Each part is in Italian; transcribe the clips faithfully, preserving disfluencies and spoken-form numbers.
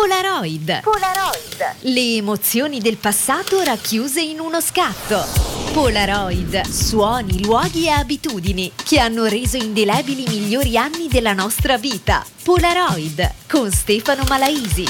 Polaroid. Polaroid. Le emozioni del passato racchiuse in uno scatto. Polaroid, suoni, luoghi e abitudini che hanno reso indelebili i migliori anni della nostra vita. Polaroid con Stefano Malaisi.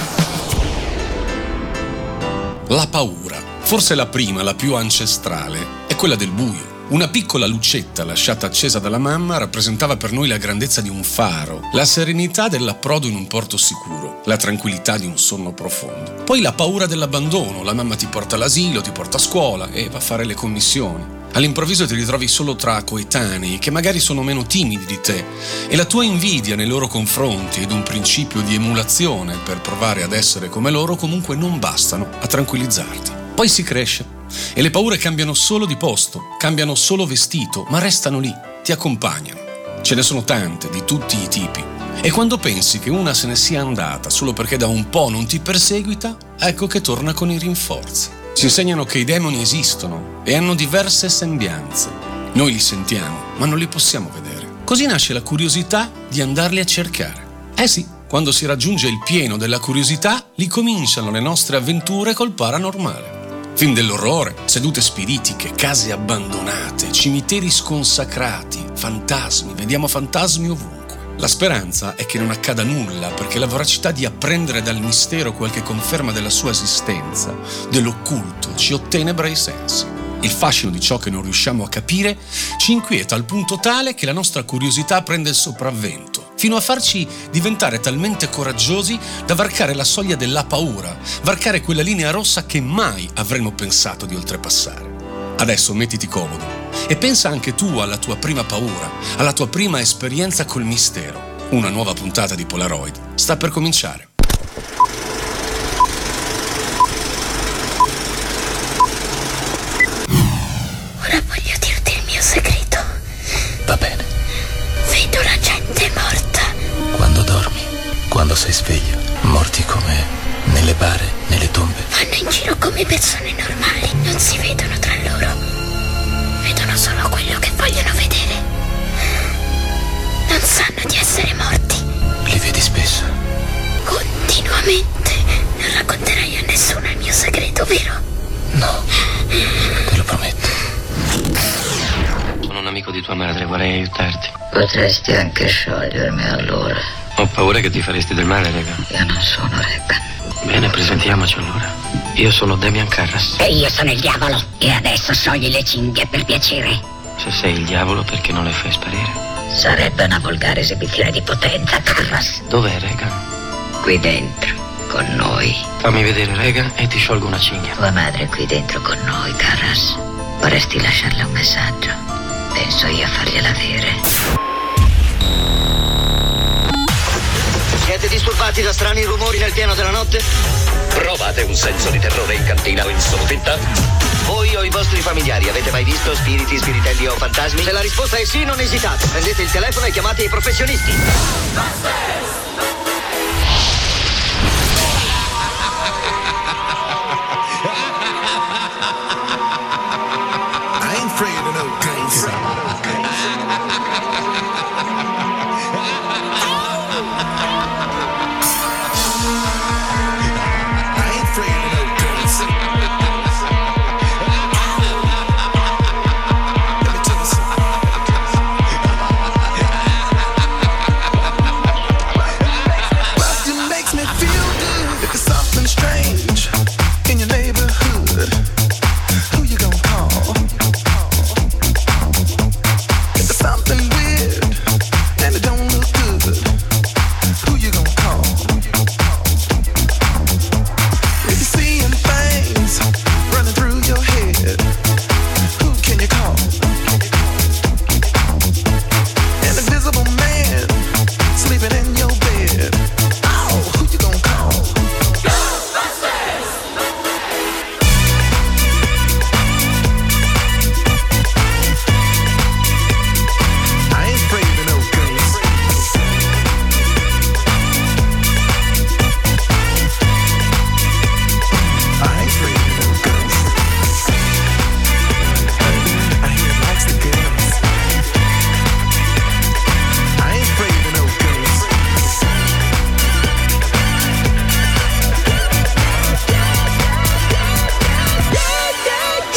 La paura, forse la prima, la più ancestrale, è quella del buio. Una piccola lucetta lasciata accesa dalla mamma rappresentava per noi la grandezza di un faro, la serenità dell'approdo in un porto sicuro, la tranquillità di un sonno profondo. Poi la paura dell'abbandono, la mamma ti porta all'asilo, ti porta a scuola e va a fare le commissioni. All'improvviso ti ritrovi solo tra coetanei che magari sono meno timidi di te e la tua invidia nei loro confronti ed un principio di emulazione per provare ad essere come loro comunque non bastano a tranquillizzarti. Poi si cresce e le paure cambiano solo di posto, cambiano solo vestito, ma restano lì, ti accompagnano. Ce ne sono tante, di tutti i tipi. E quando pensi che una se ne sia andata solo perché da un po' non ti perseguita, ecco che torna con i rinforzi. Ci insegnano che i demoni esistono e hanno diverse sembianze. Noi li sentiamo, ma non li possiamo vedere. Così nasce la curiosità di andarli a cercare. Eh sì, quando si raggiunge il pieno della curiosità, lì cominciano le nostre avventure col paranormale. Film dell'orrore, sedute spiritiche, case abbandonate, cimiteri sconsacrati, fantasmi, vediamo fantasmi ovunque. La speranza è che non accada nulla, perché la voracità di apprendere dal mistero qualche conferma della sua esistenza, dell'occulto, ci ottenebra i sensi. Il fascino di ciò che non riusciamo a capire ci inquieta al punto tale che la nostra curiosità prende il sopravvento, fino a farci diventare talmente coraggiosi da varcare la soglia della paura, varcare quella linea rossa che mai avremmo pensato di oltrepassare. Adesso mettiti comodo e pensa anche tu alla tua prima paura, alla tua prima esperienza col mistero. Una nuova puntata di Polaroid sta per cominciare. Ora voglio dirti il mio segreto. Va bene. Vedo la gente morta. Quando dormi, quando sei sveglio, morti come nelle bare, nelle tombe. Vanno in giro come persone normali. Non si vedono tra loro. Vedono solo quello che vogliono vedere. Non sanno di essere morti. Li vedi spesso? Continuamente. Non racconterai a nessuno il mio segreto, vero? No, te lo prometto. Sono un amico di tua madre, vorrei aiutarti. Potresti anche sciogliermi allora. Ho paura che ti faresti del male, Regan. Io non sono Regan. Bene, presentiamoci allora. Io sono Damian Carras. E io sono il diavolo. E adesso sciogli le cinghie per piacere. Se sei il diavolo, perché non le fai sparire? Sarebbe una volgare esibizione di potenza, Carras. Dov'è Regan? Qui dentro, con noi. Fammi vedere Regan e ti sciolgo una cinghia. Tua madre è qui dentro con noi, Carras. Vorresti lasciarle un messaggio? Penso io a fargliela avere. Siete disturbati da strani rumori nel pieno della notte? Provate un senso di terrore in cantina o in soffitta? Voi o i vostri familiari avete mai visto spiriti, spiritelli o fantasmi? Se la risposta è sì, non esitate. Prendete il telefono e chiamate i professionisti. I ain't afraid of no ghosts.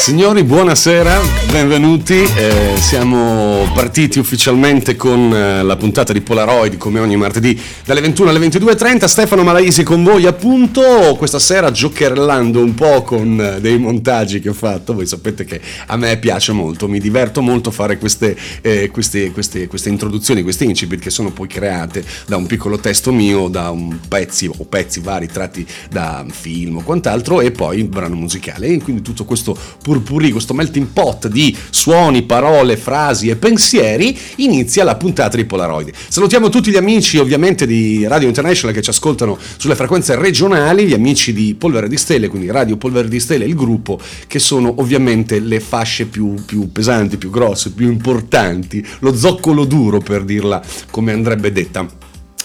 Signori, buonasera, benvenuti. Eh, siamo partiti ufficialmente con eh, la puntata di Polaroid, come ogni martedì, dalle ventuno alle ventidue e trenta. Stefano Malaisi con voi, appunto, questa sera giocherellando un po' con eh, dei montaggi che ho fatto. Voi sapete che a me piace molto, mi diverto molto fare queste, eh, queste, queste, queste introduzioni, queste incipit che sono poi create da un piccolo testo mio, da un pezzi o pezzi vari tratti da film o quant'altro, e poi il brano musicale. E quindi tutto questo purpurì, questo melting pot di suoni, parole, frasi e pensieri, inizia la puntata di Polaroid. Salutiamo tutti gli amici ovviamente di Radio International che ci ascoltano sulle frequenze regionali, gli amici di Polvere di Stelle, quindi Radio Polvere di Stelle, il gruppo, che sono ovviamente le fasce più, più pesanti, più grosse, più importanti, lo zoccolo duro, per dirla come andrebbe detta.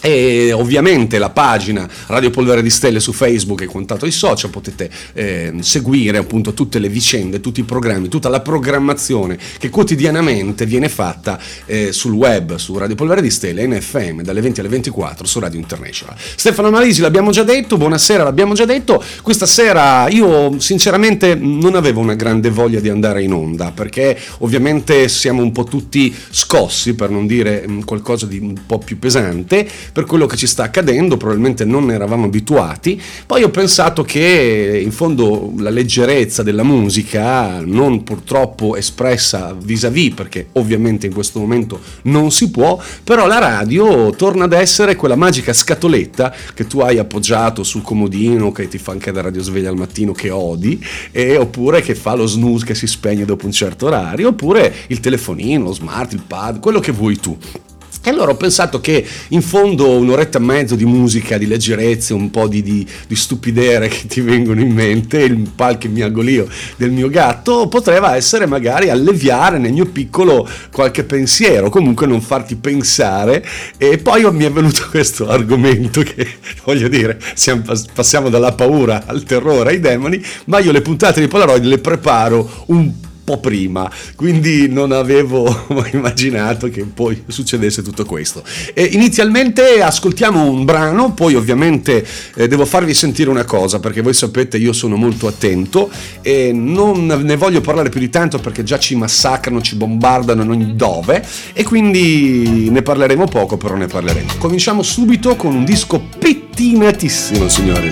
E ovviamente la pagina Radio Polvere di Stelle su Facebook e quant'altro i social, potete eh, seguire appunto tutte le vicende, tutti i programmi, tutta la programmazione che quotidianamente viene fatta eh, sul web, su Radio Polvere di Stelle e in F M dalle venti alle ventiquattro su Radio International. Stefano Malisi l'abbiamo già detto, buonasera, l'abbiamo già detto. Questa sera io sinceramente non avevo una grande voglia di andare in onda, perché ovviamente siamo un po' tutti scossi, per non dire qualcosa di un po' più pesante, per quello che ci sta accadendo, probabilmente non ne eravamo abituati. Poi ho pensato che in fondo la leggerezza della musica, non purtroppo espressa vis-à-vis, perché ovviamente in questo momento non si può, però la radio torna ad essere quella magica scatoletta che tu hai appoggiato sul comodino, che ti fa anche da radiosveglia al mattino, che odi, e oppure che fa lo snooze che si spegne dopo un certo orario, oppure il telefonino, lo smart, il pad, quello che vuoi tu. E allora ho pensato che in fondo un'oretta e mezzo di musica, di leggerezza, un po' di, di, di stupidere che ti vengono in mente, il qualche miagolio del mio gatto, poteva essere magari alleviare nel mio piccolo qualche pensiero, comunque non farti pensare. E poi mi è venuto questo argomento che, voglio dire, siamo, passiamo dalla paura al terrore, ai demoni, ma io le puntate di Polaroid le preparo un po' po' prima, quindi non avevo immaginato che poi succedesse tutto questo. E inizialmente ascoltiamo un brano, poi ovviamente eh, devo farvi sentire una cosa, perché voi sapete io sono molto attento e non ne voglio parlare più di tanto, perché già ci massacrano, ci bombardano in ogni dove, e quindi ne parleremo poco, però ne parleremo. Cominciamo subito con un disco pettinatissimo, signori.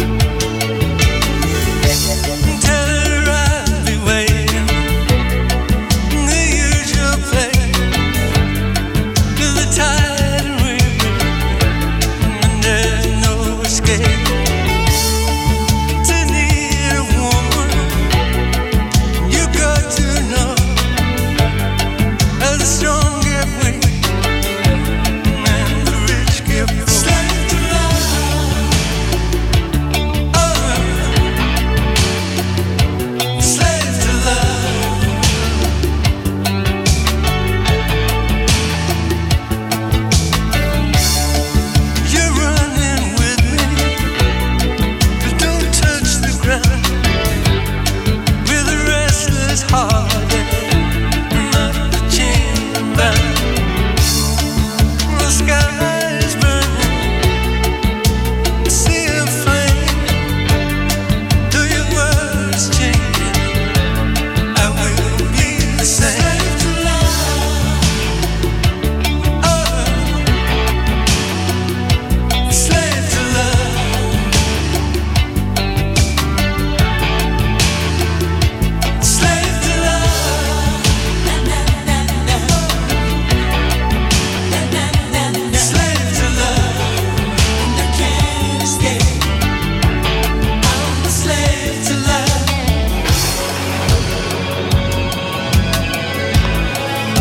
Tell her I'll be waiting.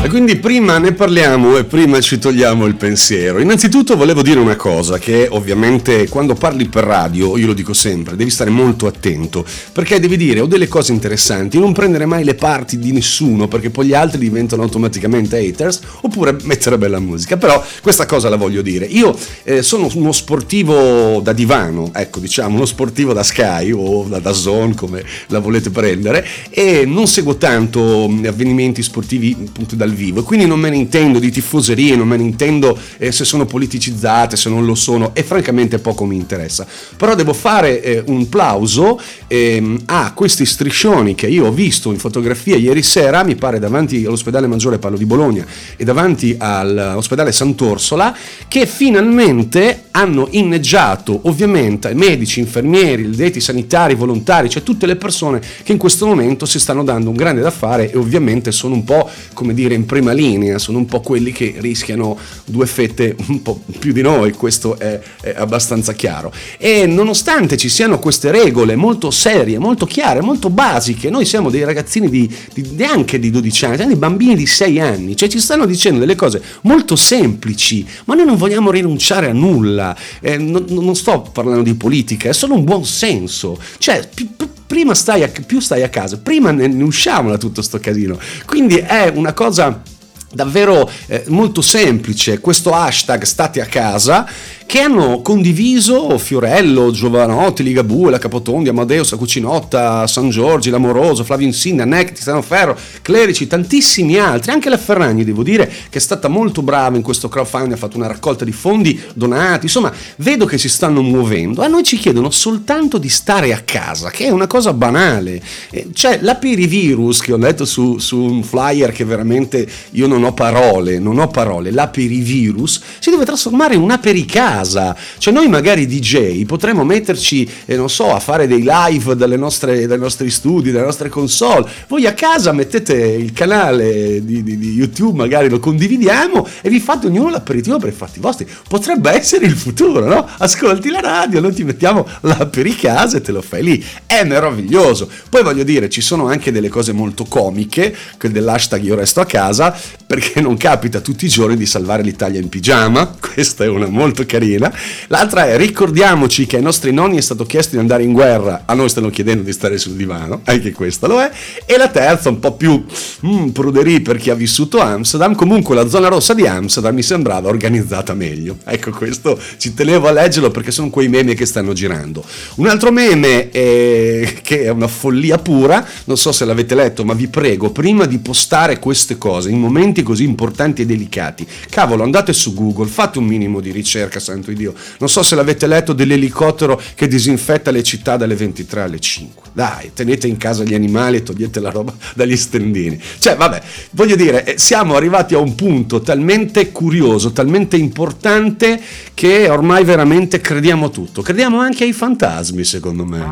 E quindi prima ne parliamo e prima ci togliamo il pensiero. Innanzitutto volevo dire una cosa, che ovviamente quando parli per radio, io lo dico sempre, devi stare molto attento, perché devi dire o delle cose interessanti, non prendere mai le parti di nessuno, perché poi gli altri diventano automaticamente haters, oppure mettere bella musica. Però questa cosa la voglio dire. Io eh, sono uno sportivo da divano, ecco, diciamo, uno sportivo da Sky o da DAZN, come la volete prendere, e non seguo tanto avvenimenti sportivi appunto dal vivo, e quindi non me ne intendo di tifoserie, non me ne intendo eh, se sono politicizzate, se non lo sono, e francamente poco mi interessa. Però devo fare eh, un plauso eh, a questi striscioni che io ho visto in fotografia ieri sera, mi pare davanti all'ospedale Maggiore, parlo di Bologna, e davanti all'ospedale Sant'Orsola, che finalmente hanno inneggiato ovviamente medici, infermieri, detti sanitari, volontari, cioè tutte le persone che in questo momento si stanno dando un grande da fare, e ovviamente sono un po', come dire, in prima linea, sono un po' quelli che rischiano due fette un po' più di noi, questo è, è abbastanza chiaro. E nonostante ci siano queste regole molto serie, molto chiare, molto basiche, noi siamo dei ragazzini di, di neanche di dodici anni, siamo dei bambini di sei anni, cioè ci stanno dicendo delle cose molto semplici, ma noi non vogliamo rinunciare a nulla. Eh, non, non sto parlando di politica, è solo un buon senso, cioè più, prima stai a, più stai a casa, prima ne, ne usciamo da tutto sto casino. Quindi è una cosa davvero eh, molto semplice, questo hashtag state a casa, che hanno condiviso Fiorello, Giovanotti, Ligabue, la Capotondi, Amadeus, la Cucinotta, San Giorgi, l'Amoroso, Flavio Insigne, Neck, Tiziano Ferro, Clerici, tantissimi altri, anche la Ferragni, devo dire, che è stata molto brava in questo crowdfunding, ha fatto una raccolta di fondi donati, insomma, vedo che si stanno muovendo. A noi ci chiedono soltanto di stare a casa, che è una cosa banale. Eh, cioè, l'apirivirus, che ho letto su, su un flyer che veramente io non ho parole, non ho parole, l'apirivirus si deve trasformare in un apericasa. Cioè noi magari D J potremmo metterci, eh, non so, a fare dei live dalle nostre, dai nostri studi, dalle nostre console. Voi a casa mettete il canale di, di, di YouTube, magari lo condividiamo e vi fate ognuno l'aperitivo per i fatti vostri. Potrebbe essere il futuro, no? Ascolti la radio, noi ti mettiamo l'apericasa e te lo fai lì. È meraviglioso. Poi voglio dire, ci sono anche delle cose molto comiche, quel dell'hashtag io resto a casa, perché non capita tutti i giorni di salvare l'Italia in pigiama. Questa è una molto carina. L'altra è: ricordiamoci che ai nostri nonni è stato chiesto di andare in guerra, a noi stanno chiedendo di stare sul divano, anche questa lo è. E la terza, un po' più mm, pruderie per chi ha vissuto a Amsterdam, comunque la zona rossa di Amsterdam mi sembrava organizzata meglio. Ecco, questo ci tenevo a leggerlo perché sono quei meme che stanno girando. Un altro meme è, che è una follia pura, non so se l'avete letto, ma vi prego, prima di postare queste cose in momenti così importanti e delicati, cavolo, andate su Google, fate un minimo di ricerca, santo Dio. Non so se l'avete letto dell'elicottero che disinfetta le città dalle ventitré alle cinque. Dai, tenete in casa gli animali e togliete la roba dagli stendini. Cioè, vabbè, voglio dire, siamo arrivati a un punto talmente curioso, talmente importante, che ormai veramente crediamo a tutto. Crediamo anche ai fantasmi, secondo me.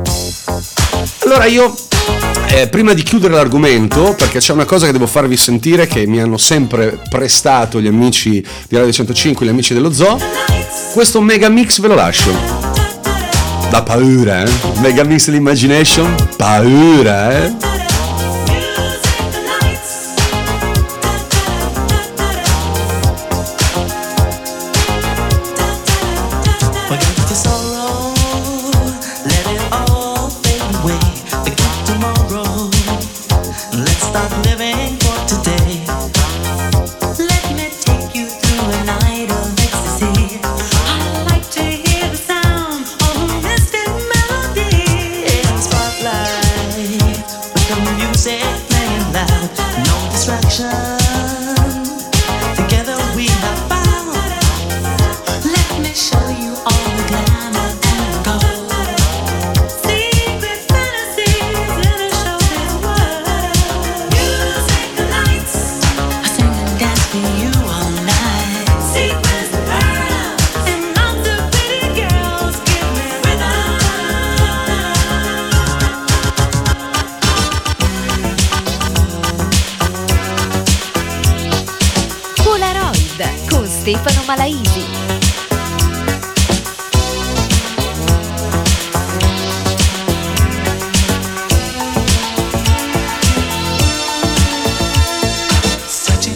Allora io, eh, prima di chiudere l'argomento, perché c'è una cosa che devo farvi sentire, che mi hanno sempre prestato gli amici di Radio centocinque, gli amici dello Zoo, questo mega mix ve lo lascio. Da paura, eh? Mega mix dell'imagination, paura, eh? Stefano Malaisi. Searching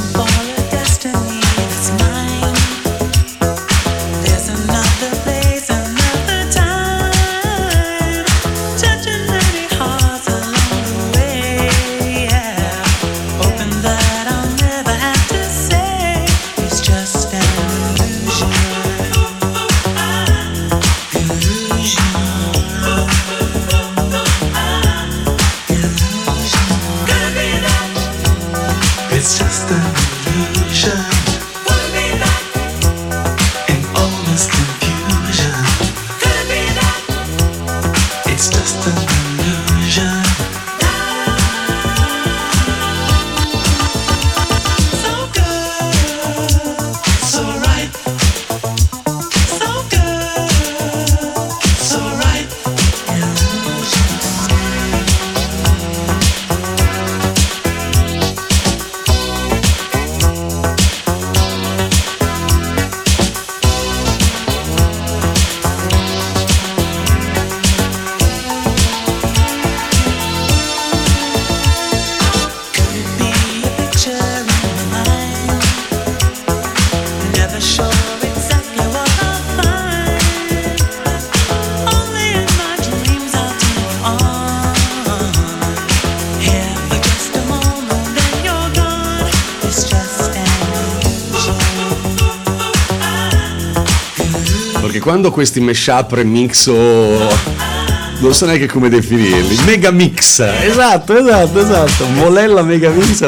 quando questi mashup remix o non so neanche come definirli, mega mix, esatto, esatto, esatto, molella mega mix,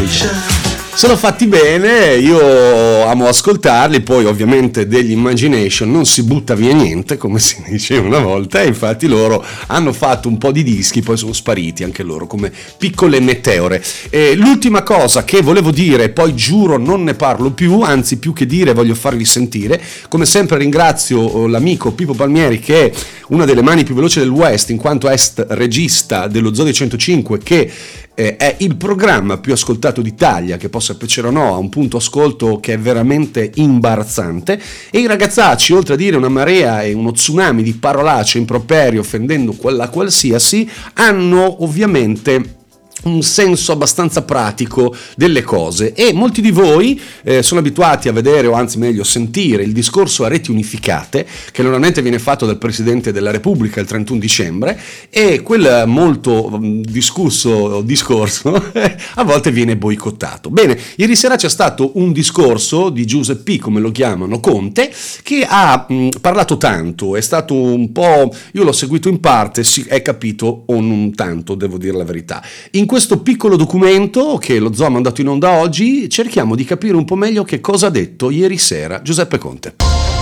sono fatti bene, io amo ascoltarli, poi ovviamente degli Imagination non si butta via niente, come si diceva una volta, e infatti loro hanno fatto un po' di dischi, poi sono spariti anche loro come piccole meteore. E l'ultima cosa che volevo dire, poi giuro non ne parlo più, anzi più che dire voglio farvi sentire, come sempre ringrazio l'amico Pippo Palmieri, che è una delle mani più veloci del West, in quanto est regista dello Zoo dei centocinque, che eh, è il programma più ascoltato d'Italia, che possa piacere o no, ha un punto ascolto che è veramente imbarazzante, e i ragazzacci, oltre a dire una marea e uno tsunami di parolacce, improperi, offendendo quella qualsiasi, hanno ovviamente un senso abbastanza pratico delle cose, e molti di voi eh, sono abituati a vedere, o anzi meglio sentire, il discorso a reti unificate che normalmente viene fatto dal Presidente della Repubblica il trentuno dicembre, e quel molto um, discusso discorso a volte viene boicottato. Bene, ieri sera c'è stato un discorso di Giuseppe, come lo chiamano, Conte, che ha mh, parlato tanto, è stato un po', io l'ho seguito in parte, si è capito o non tanto, devo dire la verità. In questo piccolo documento che lo Zoo ha mandato in onda oggi cerchiamo di capire un po' meglio che cosa ha detto ieri sera Giuseppe Conte.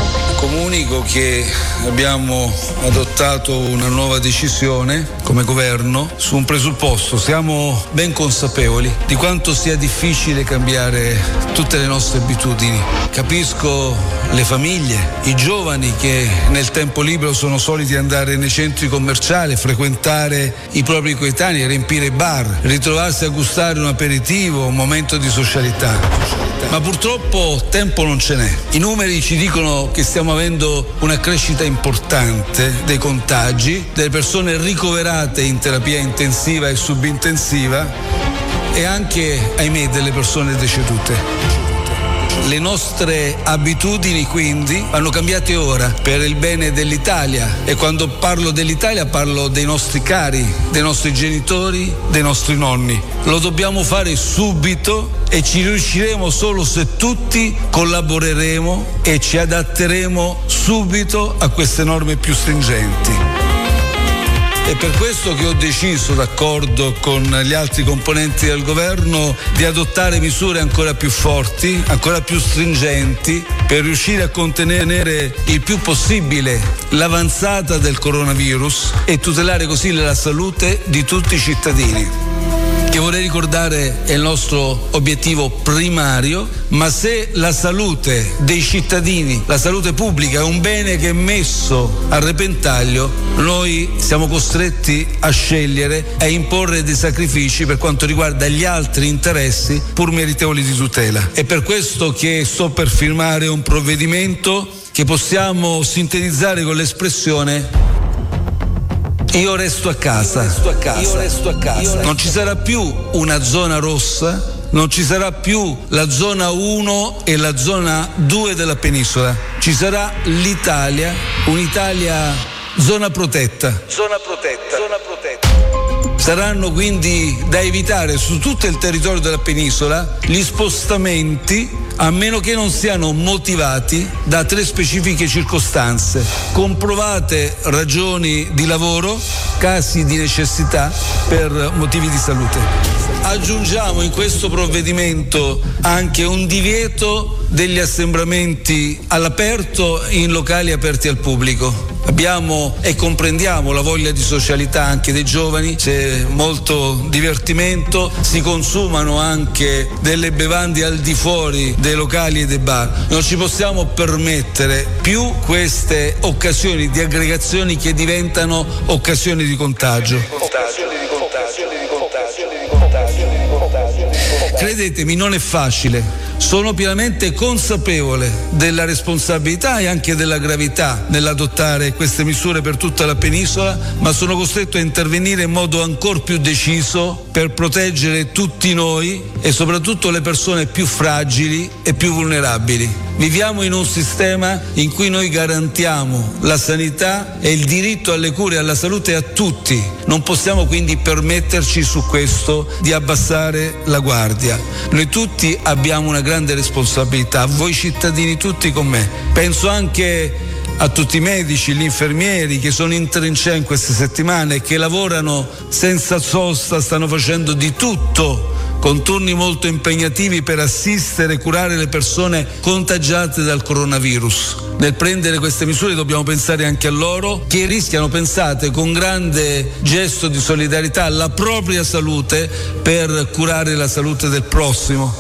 Comunico che abbiamo adottato una nuova decisione come governo su un presupposto. Siamo ben consapevoli di quanto sia difficile cambiare tutte le nostre abitudini. Capisco le famiglie, i giovani che nel tempo libero sono soliti andare nei centri commerciali, frequentare i propri coetanei, riempire i bar, ritrovarsi a gustare un aperitivo, un momento di socialità. Ma purtroppo tempo non ce n'è. I numeri ci dicono che stiamo avendo una crescita importante dei contagi, delle persone ricoverate in terapia intensiva e subintensiva, e anche, ahimè, delle persone decedute. Le nostre abitudini quindi vanno cambiate ora per il bene dell'Italia, e quando parlo dell'Italia parlo dei nostri cari, dei nostri genitori, dei nostri nonni. Lo dobbiamo fare subito, e ci riusciremo solo se tutti collaboreremo e ci adatteremo subito a queste norme più stringenti. È per questo che ho deciso, d'accordo con gli altri componenti del governo, di adottare misure ancora più forti, ancora più stringenti, per riuscire a contenere il più possibile l'avanzata del coronavirus e tutelare così la salute di tutti i cittadini, che vorrei ricordare è il nostro obiettivo primario. Ma se la salute dei cittadini, la salute pubblica, è un bene che è messo a repentaglio, noi siamo costretti a scegliere e a imporre dei sacrifici per quanto riguarda gli altri interessi pur meritevoli di tutela. È per questo che sto per firmare un provvedimento che possiamo sintetizzare con l'espressione: Io resto a casa. Io resto a casa. Io resto a casa. Non ci sarà più una zona rossa, non ci sarà più la zona uno e la zona due della penisola. Ci sarà l'Italia, un'Italia zona protetta. Zona protetta. Zona protetta. Saranno quindi da evitare su tutto il territorio della penisola gli spostamenti, a meno che non siano motivati da tre specifiche circostanze: comprovate ragioni di lavoro, casi di necessità per motivi di salute. Aggiungiamo in questo provvedimento anche un divieto degli assembramenti all'aperto in locali aperti al pubblico. Abbiamo e comprendiamo la voglia di socialità anche dei giovani, c'è molto divertimento, si consumano anche delle bevande al di fuori dei locali e dei bar. Non ci possiamo permettere più queste occasioni di aggregazioni che diventano occasioni di contagio. Credetemi, non è facile. Sono pienamente consapevole della responsabilità e anche della gravità nell'adottare queste misure per tutta la penisola, ma sono costretto a intervenire in modo ancora più deciso per proteggere tutti noi e soprattutto le persone più fragili e più vulnerabili. Viviamo in un sistema in cui noi garantiamo la sanità e il diritto alle cure e alla salute a tutti. Non possiamo quindi permetterci su questo di abbassare la guardia. Noi tutti abbiamo una grande responsabilità, voi cittadini tutti con me. Penso anche a tutti i medici, gli infermieri che sono in trincea in queste settimane, che lavorano senza sosta, stanno facendo di tutto con turni molto impegnativi per assistere e curare le persone contagiate dal coronavirus. Nel prendere queste misure dobbiamo pensare anche a loro, che rischiano, pensate, con grande gesto di solidarietà, la propria salute per curare la salute del prossimo.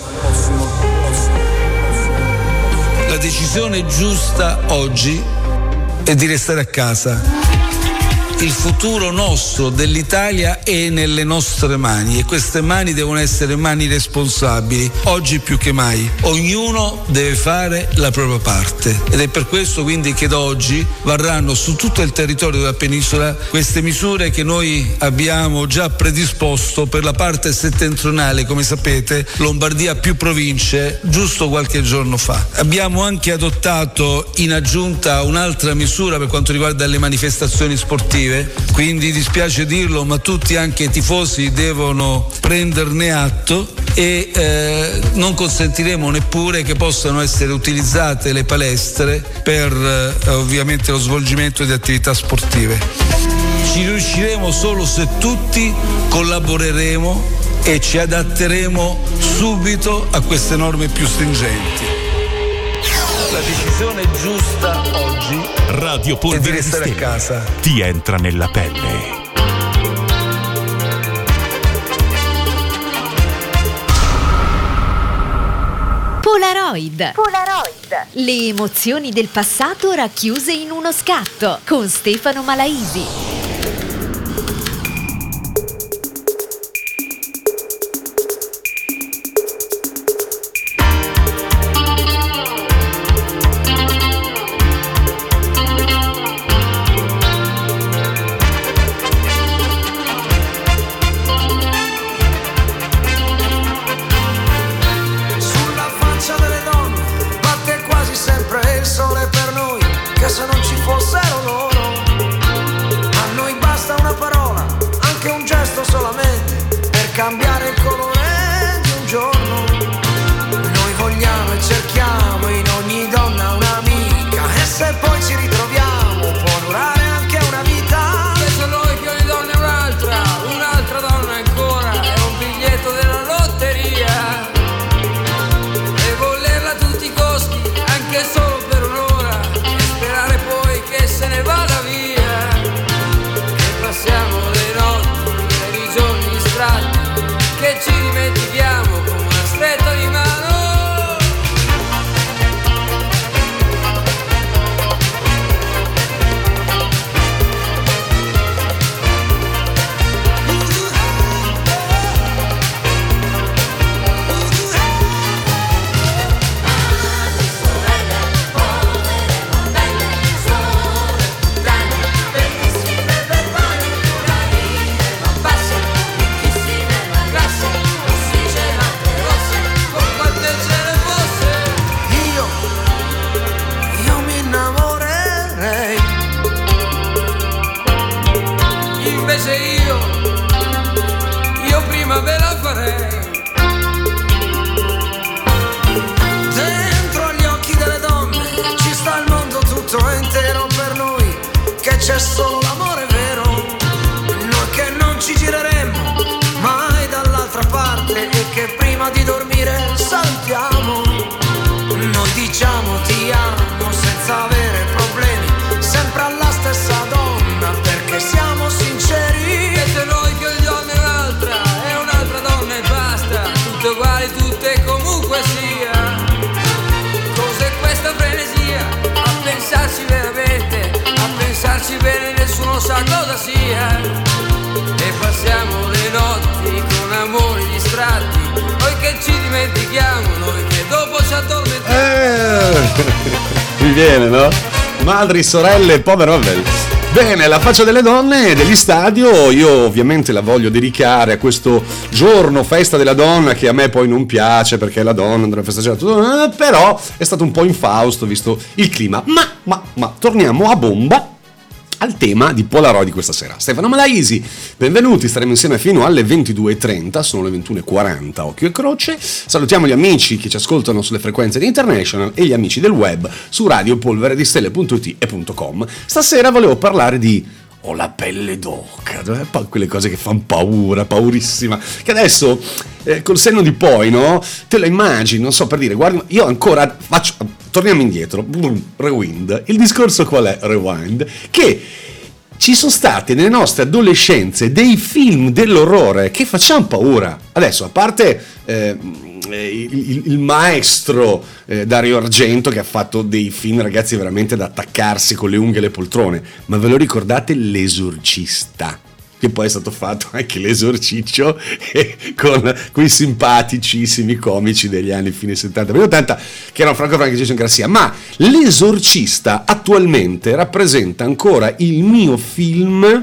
La decisione giusta oggi è di restare a casa. Il futuro nostro, dell'Italia, è nelle nostre mani e queste mani devono essere mani responsabili, oggi più che mai. Ognuno deve fare la propria parte ed è per questo quindi che da oggi varranno su tutto il territorio della penisola queste misure che noi abbiamo già predisposto per la parte settentrionale, come sapete, Lombardia più province, giusto qualche giorno fa. Abbiamo anche adottato in aggiunta un'altra misura per quanto riguarda le manifestazioni sportive. Quindi dispiace dirlo, ma tutti, anche i tifosi, devono prenderne atto e eh, non consentiremo neppure che possano essere utilizzate le palestre per eh, ovviamente lo svolgimento di attività sportive. Ci riusciremo solo se tutti collaboreremo e ci adatteremo subito a queste norme più stringenti. La decisione giusta oggi Radio Polvere è di restare a casa. Ti entra nella pelle. Polaroid. Polaroid. Le emozioni del passato racchiuse in uno scatto con Stefano Malaisi. Mi viene, no? Madri, sorelle, povero Avel. Bene, la faccia delle donne degli stadio io ovviamente la voglio dedicare a questo giorno, festa della donna, che a me poi non piace perché la donna andrà a festeggiare tutto, però è stato un po' infausto visto il clima. Ma, ma, ma, torniamo a bomba al tema di Polaroid di questa sera. Stefano Malaisi, benvenuti, staremo insieme fino alle ventidue e trenta, sono le ventuno e quaranta, occhio e croce. Salutiamo gli amici che ci ascoltano sulle frequenze di International e gli amici del web su radio polvere di stelle punto it e punto com. Stasera volevo parlare di ho la pelle d'oca, quelle cose che fanno paura, paurissima, che adesso eh, col senno di poi, no? Te lo immagini, non so, per dire, guardi, io ancora faccio, torniamo indietro, rewind, il discorso qual è? Rewind, che ci sono state nelle nostre adolescenze dei film dell'orrore che facevano paura. Adesso, a parte eh, il, il maestro eh, Dario Argento, che ha fatto dei film, ragazzi, veramente da attaccarsi con le unghie e le poltrone, ma ve lo ricordate L'Esorcista? Che poi è stato fatto anche l'esorciccio eh, con quei simpaticissimi comici degli anni fine settanta e ottanta che erano Franco Franchi e Jason Garcia. Ma L'Esorcista attualmente rappresenta ancora il mio film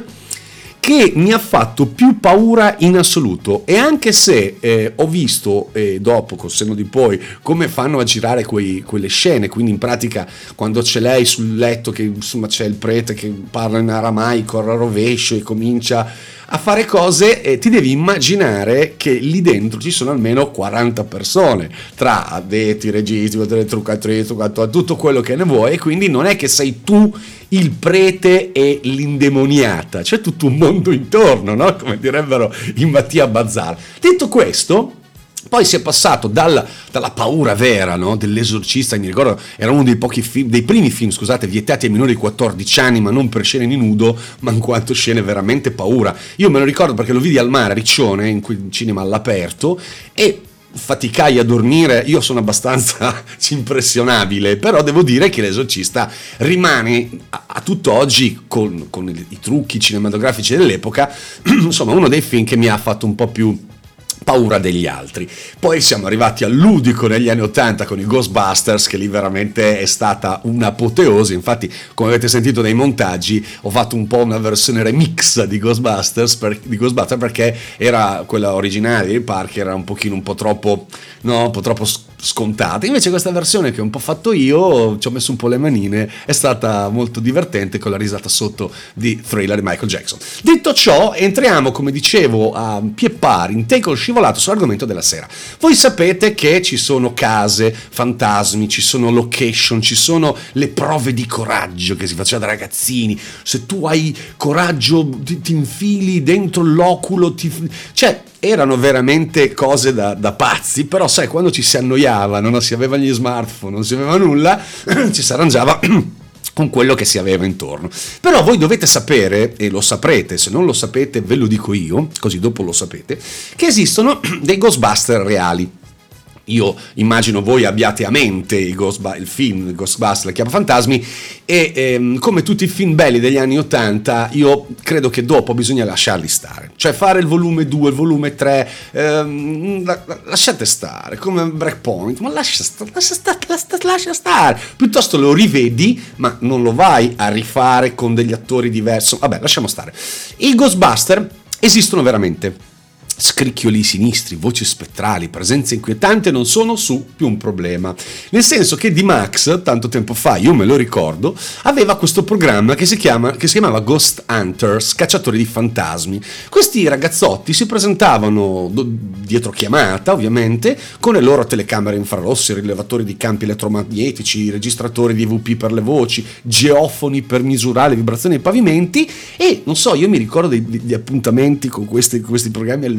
che mi ha fatto più paura in assoluto, e anche se eh, ho visto eh, dopo col senno di poi come fanno a girare quei, quelle scene, quindi in pratica quando c'è lei sul letto che insomma c'è il prete che parla in aramaico al rovescio e comincia a fare cose, e ti devi immaginare che lì dentro ci sono almeno quaranta persone, tra addetti, registi, truccatrici, tutto quello che ne vuoi, e quindi non è che sei tu il prete e l'indemoniata, c'è tutto un mondo intorno, no? Come direbbero in Mattia Bazzar. Detto questo, poi si è passato dal, dalla paura vera, no? Dell'esorcista, mi ricordo, era uno dei pochi film, dei primi film, scusate, vietati ai minori di quattordici anni, ma non per scene di nudo, ma in quanto scene veramente paura. Io me lo ricordo perché lo vidi al mare a Riccione, in quel cinema all'aperto, e faticai a dormire. Io sono abbastanza impressionabile, però devo dire che L'Esorcista rimane a, a tutt'oggi con, con i, i trucchi cinematografici dell'epoca insomma uno dei film che mi ha fatto un po' più paura degli altri. Poi siamo arrivati al ludico negli anni ottanta con i Ghostbusters, che lì veramente è stata un'apoteosi. Infatti, come avete sentito dai montaggi, ho fatto un po' una versione remix di Ghostbusters, per, di Ghostbusters perché era quella originale dei parchi, era un pochino un po' troppo, no, un po' troppo scontata. Invece questa versione che ho un po' fatto io, ci ho messo un po' le manine, è stata molto divertente, con la risata sotto di Thriller di Michael Jackson. Detto ciò, entriamo, come dicevo, a pie pari, in teco scivolato sull'argomento della sera. Voi sapete che ci sono case fantasmi, ci sono location, ci sono le prove di coraggio che si faceva da ragazzini. Se tu hai coraggio ti, ti infili dentro l'oculo, ti... cioè erano veramente cose da, da pazzi. Però sai, quando ci si annoiavano, non si aveva gli smartphone, non si aveva nulla, ci si arrangiava con quello che si aveva intorno. Però voi dovete sapere, e lo saprete, se non lo sapete ve lo dico io, così dopo lo sapete, che esistono dei Ghostbuster reali. Io immagino voi abbiate a mente il, Ghostba- il film Ghostbusters, la chiamafantasmi, e ehm, come tutti i film belli degli anni ottanta, io credo che dopo bisogna lasciarli stare, cioè fare il volume due, il volume tre, ehm, la, la, lasciate stare, come Breakpoint, ma lascia, lascia, sta, lascia, lascia stare, piuttosto lo rivedi, ma non lo vai a rifare con degli attori diversi. Vabbè, lasciamo stare. I Ghostbuster esistono veramente. Scricchioli sinistri, voci spettrali, presenze inquietanti non sono su più un problema. Nel senso che D-Max, tanto tempo fa, io me lo ricordo, aveva questo programma che si, chiama, che si chiamava Ghost Hunters, cacciatori di fantasmi. Questi ragazzotti si presentavano do, dietro chiamata, ovviamente, con le loro telecamere infrarossi, rilevatori di campi elettromagnetici, registratori di E V P per le voci, geofoni per misurare le vibrazioni dei pavimenti, e non so, io mi ricordo degli appuntamenti con questi, questi programmi allucinanti,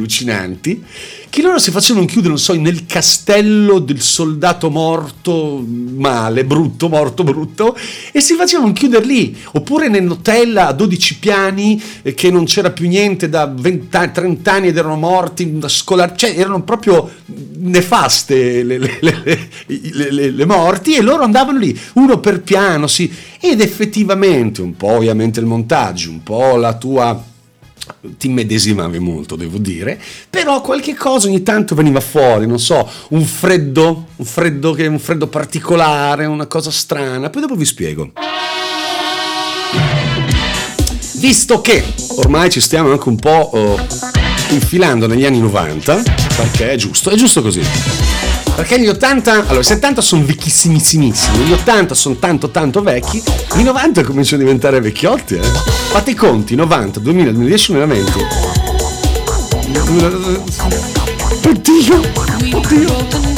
che loro si facevano chiudere, non so, nel castello del soldato morto male, brutto, morto, brutto, e si facevano chiudere lì, oppure nell'hotel a dodici piani eh, che non c'era più niente da venti, trenta anni ed erano morti da scolare, cioè erano proprio nefaste le, le, le, le, le, le morti, e loro andavano lì, uno per piano, sì, ed effettivamente un po' ovviamente il montaggio, un po' la tua... ti immedesimavi molto, devo dire, però qualche cosa ogni tanto veniva fuori, non so, un freddo, un freddo che un freddo particolare, una cosa strana, poi dopo vi spiego. Visto che ormai ci stiamo anche un po' oh, infilando negli anni novanta, perché è giusto, è giusto così. Perché gli ottanta, allora i settanta sono vecchissimissimissimi, gli ottanta sono tanto tanto vecchi, i novanta cominciano a diventare vecchiotti, eh. Fate i conti, novanta, duemila, duemiladieci, duemilaventi. Oddio, oddio.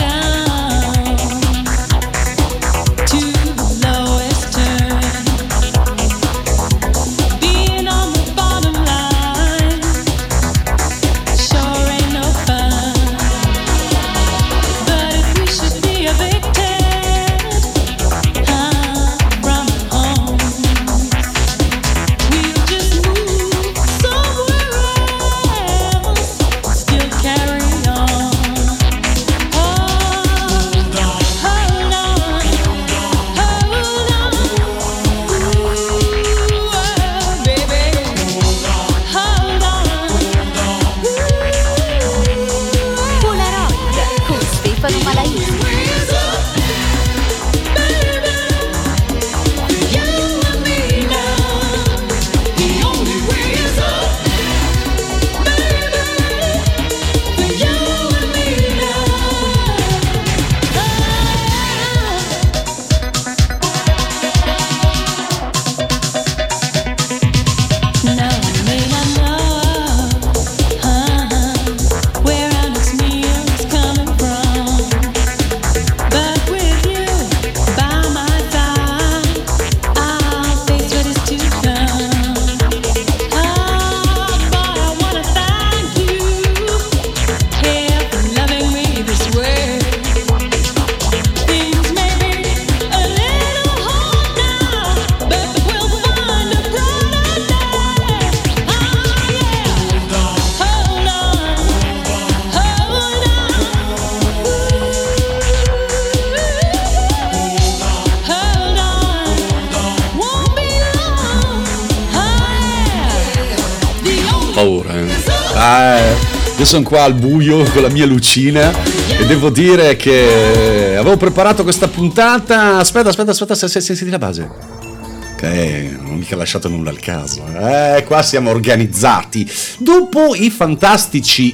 Paura, eh. Ah, eh. Io sono qua al buio con la mia lucina e devo dire che avevo preparato questa puntata. Aspetta, aspetta, aspetta, se, se, se, senti la base. Ok, non ho mica lasciato nulla al caso. Eh, qua siamo organizzati. Dopo i fantastici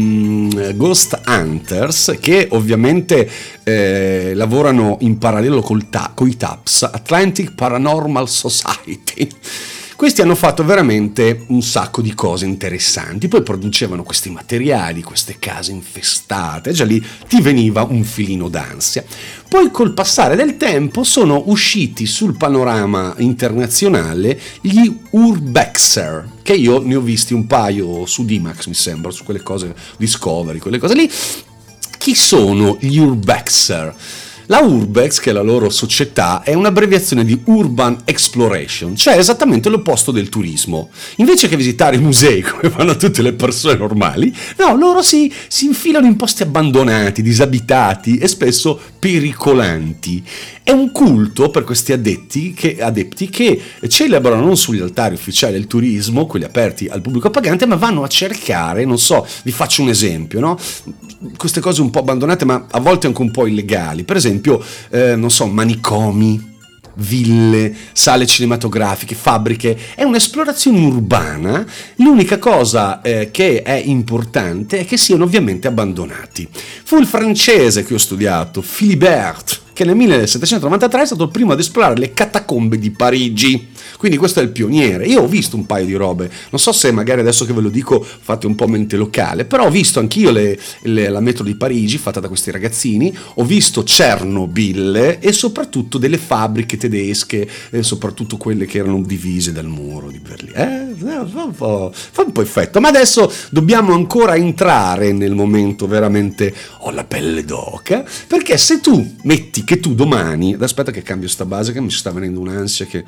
ehm, Ghost Hunters, che ovviamente eh, lavorano in parallelo col ta- coi T A P S, Atlantic Paranormal Society. Questi hanno fatto veramente un sacco di cose interessanti, poi producevano questi materiali, queste case infestate, già lì ti veniva un filino d'ansia. Poi col passare del tempo sono usciti sul panorama internazionale gli Urbexer, che io ne ho visti un paio su D-Max, mi sembra, su quelle cose, Discovery, quelle cose lì. Chi sono gli Urbexer? La Urbex, che è la loro società, è un'abbreviazione di Urban Exploration, cioè esattamente l'opposto del turismo. Invece che visitare i musei come fanno tutte le persone normali, no, loro si, si infilano in posti abbandonati, disabitati e spesso pericolanti. È un culto per questi addetti che, adepti che celebrano non sugli altari ufficiali del turismo, quelli aperti al pubblico pagante, ma vanno a cercare, non so, vi faccio un esempio, no? Queste cose un po' abbandonate, ma a volte anche un po' illegali. Per esempio, eh, non so, manicomi, ville, sale cinematografiche, fabbriche. È un'esplorazione urbana. L'unica cosa eh, che è importante è che siano ovviamente abbandonati. Fu il francese che ho studiato, Philibert, che nel millesettecentonovantatré è stato il primo ad esplorare le catacombe di Parigi. Quindi questo è il pioniere. Io ho visto un paio di robe, non so se magari adesso che ve lo dico fate un po' mente locale, però ho visto anch'io le, le, la metro di Parigi fatta da questi ragazzini, ho visto Chernobyl e soprattutto delle fabbriche tedesche, eh, soprattutto quelle che erano divise dal muro di Berlino. Eh, fa un po', fa un po' effetto, ma adesso dobbiamo ancora entrare nel momento veramente ho la pelle d'oca, perché se tu metti che tu domani, aspetta che cambio sta base che mi sta venendo un'ansia che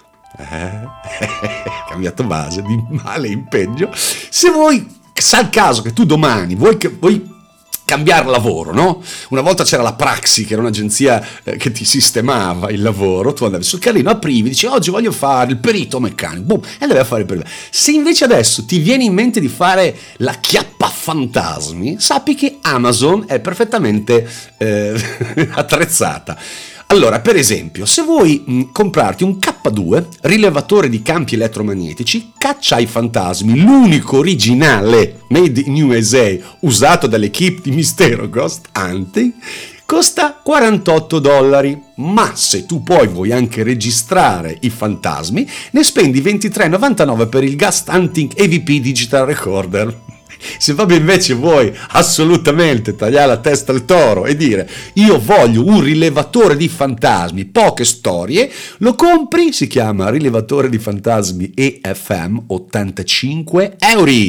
eh, cambiato base di male in peggio. Se vuoi, sa il caso che tu domani vuoi, che, vuoi cambiare lavoro, no? Una volta c'era la Praxi, che era un'agenzia eh, che ti sistemava il lavoro, tu andavi sul carrino, aprivi, dici oggi voglio fare il perito meccanico, boom, e andavi a fare il perito. Se invece adesso ti viene in mente di fare la chiappa fantasmi, sappi che Amazon è perfettamente eh, attrezzata. Allora, per esempio, se vuoi mh, comprarti un K due, rilevatore di campi elettromagnetici, caccia ai fantasmi, l'unico originale made in U S A usato dall'equipe di Mistero Ghost Hunting, costa quarantotto dollari, ma se tu poi vuoi anche registrare i fantasmi, ne spendi ventitré e novantanove per il Ghost Hunting E V P Digital Recorder. Se proprio invece vuoi assolutamente tagliare la testa al toro e dire io voglio un rilevatore di fantasmi, poche storie, lo compri, si chiama rilevatore di fantasmi E F M, ottantacinque euro. Eh?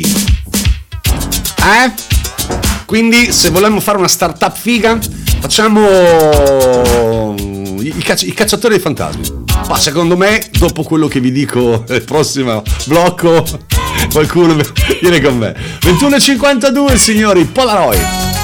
Quindi se vogliamo fare una startup figa, facciamo i, cacci- i cacciatori di fantasmi. Ma secondo me, dopo quello che vi dico nel prossimo blocco, qualcuno viene con me. ventuno e cinquantadue, signori, Polaroid.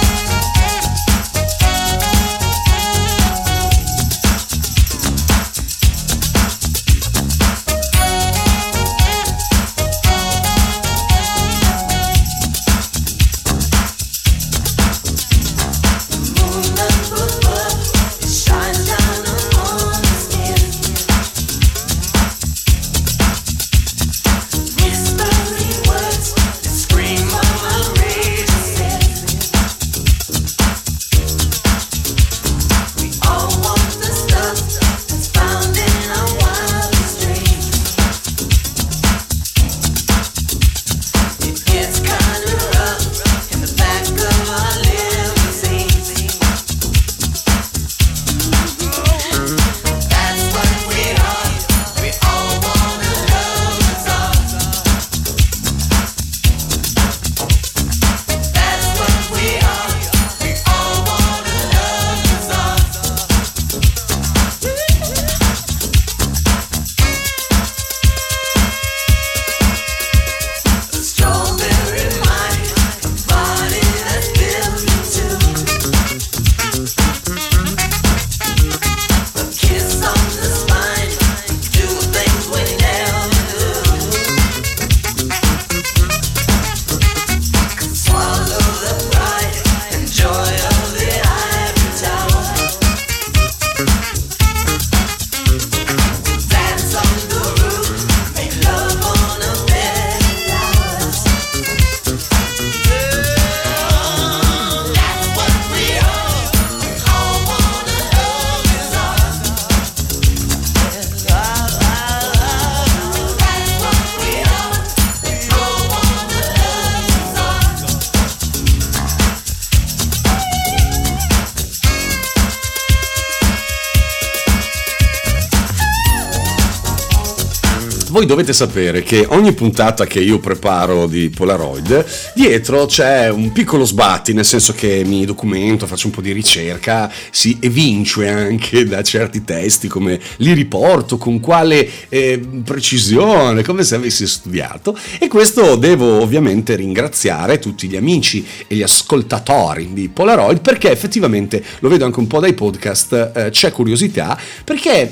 Voi dovete sapere che ogni puntata che io preparo di Polaroid, dietro c'è un piccolo sbatti, nel senso che mi documento, faccio un po' di ricerca, si evince anche da certi testi come li riporto, con quale eh, precisione, come se avessi studiato. E questo devo ovviamente ringraziare tutti gli amici e gli ascoltatori di Polaroid, perché effettivamente, lo vedo anche un po' dai podcast, eh, c'è curiosità, perché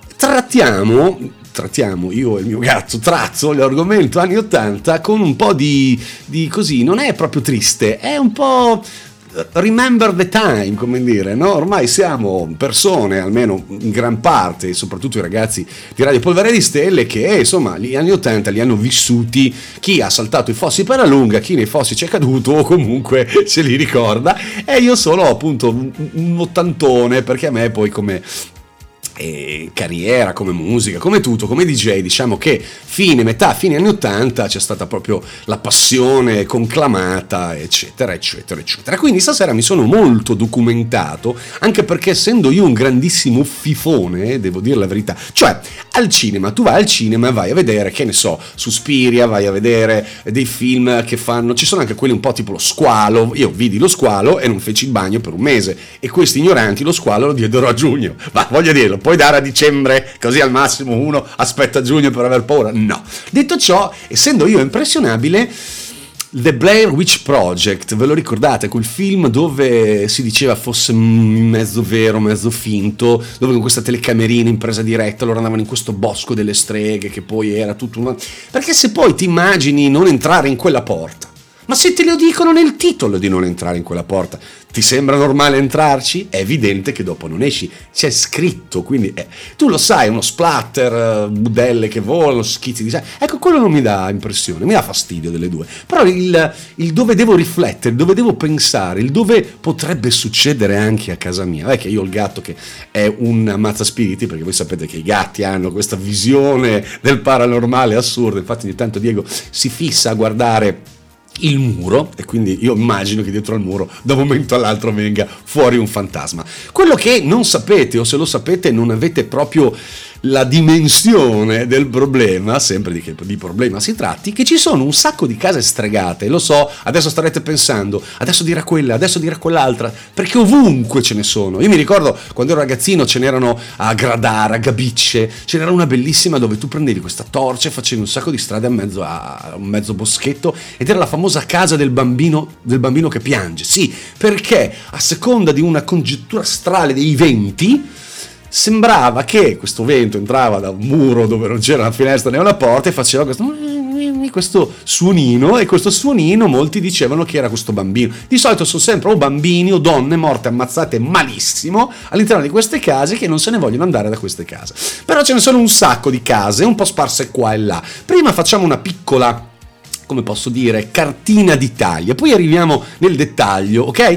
trattiamo... trattiamo, io e il mio gatto trazzo l'argomento anni ottanta con un po' di, di così, non è proprio triste, è un po' remember the time, come dire, no? Ormai siamo persone, almeno in gran parte, soprattutto i ragazzi di Radio Polvere di Stelle, che insomma gli anni ottanta li hanno vissuti, chi ha saltato i fossi per la lunga, chi nei fossi ci è caduto o comunque se li ricorda, e io sono appunto un, un ottantone, perché a me poi come e carriera, come musica, come tutto, come D J, diciamo che fine, metà, fine anni ottanta c'è stata proprio la passione conclamata, eccetera, eccetera, eccetera. Quindi stasera mi sono molto documentato, anche perché essendo io un grandissimo fifone, devo dire la verità, cioè al cinema, tu vai al cinema e vai a vedere, che ne so, Suspiria, vai a vedere dei film che fanno, ci sono anche quelli un po' tipo Lo Squalo, io vidi Lo Squalo e non feci il bagno per un mese, e questi ignoranti Lo Squalo lo diedero a giugno, ma voglio dirlo, puoi dare a dicembre, così al massimo uno aspetta giugno per aver paura? No. Detto ciò, essendo io impressionabile, The Blair Witch Project, ve lo ricordate? Quel film dove si diceva fosse mezzo vero, mezzo finto, dove con questa telecamerina in presa diretta loro andavano in questo bosco delle streghe, che poi era tutto una... Perché se poi ti immagini non entrare in quella porta, Ma se te lo dicono nel titolo di non entrare in quella porta, ti sembra normale entrarci? È evidente che dopo non esci, c'è scritto, quindi eh, tu lo sai, uno splatter, budelle che volano, schizzi di sangue, ecco, quello non mi dà impressione, mi dà fastidio delle due, però il, il dove devo riflettere, il dove devo pensare, il dove potrebbe succedere anche a casa mia, è che io ho il gatto che è un ammazzaspiriti, perché voi sapete che i gatti hanno questa visione del paranormale assurda, infatti ogni tanto Diego si fissa a guardare il muro e quindi io immagino che dietro al muro da un momento all'altro venga fuori un fantasma. Quello che non sapete, o se lo sapete non avete proprio la dimensione del problema, sempre di che di problema si tratti, che ci sono un sacco di case stregate, lo so, adesso starete pensando, adesso dirà quella, adesso dirà quell'altra, perché ovunque ce ne sono. Io mi ricordo quando ero ragazzino ce n'erano a Gradara, a Gabicce, ce n'era una bellissima dove tu prendevi questa torcia e facevi un sacco di strade a mezzo a un mezzo boschetto, ed era la famosa casa del bambino del bambino che piange. Sì, perché a seconda di una congettura astrale dei venti sembrava che questo vento entrava da un muro dove non c'era una finestra né una porta e faceva questo, questo suonino, e questo suonino molti dicevano che era questo bambino. Di solito sono sempre o bambini o donne morte ammazzate malissimo all'interno di queste case che non se ne vogliono andare da queste case. Però ce ne sono un sacco di case un po' sparse qua e là. Prima facciamo una piccola, come posso dire, cartina d'Italia, poi arriviamo nel dettaglio, ok?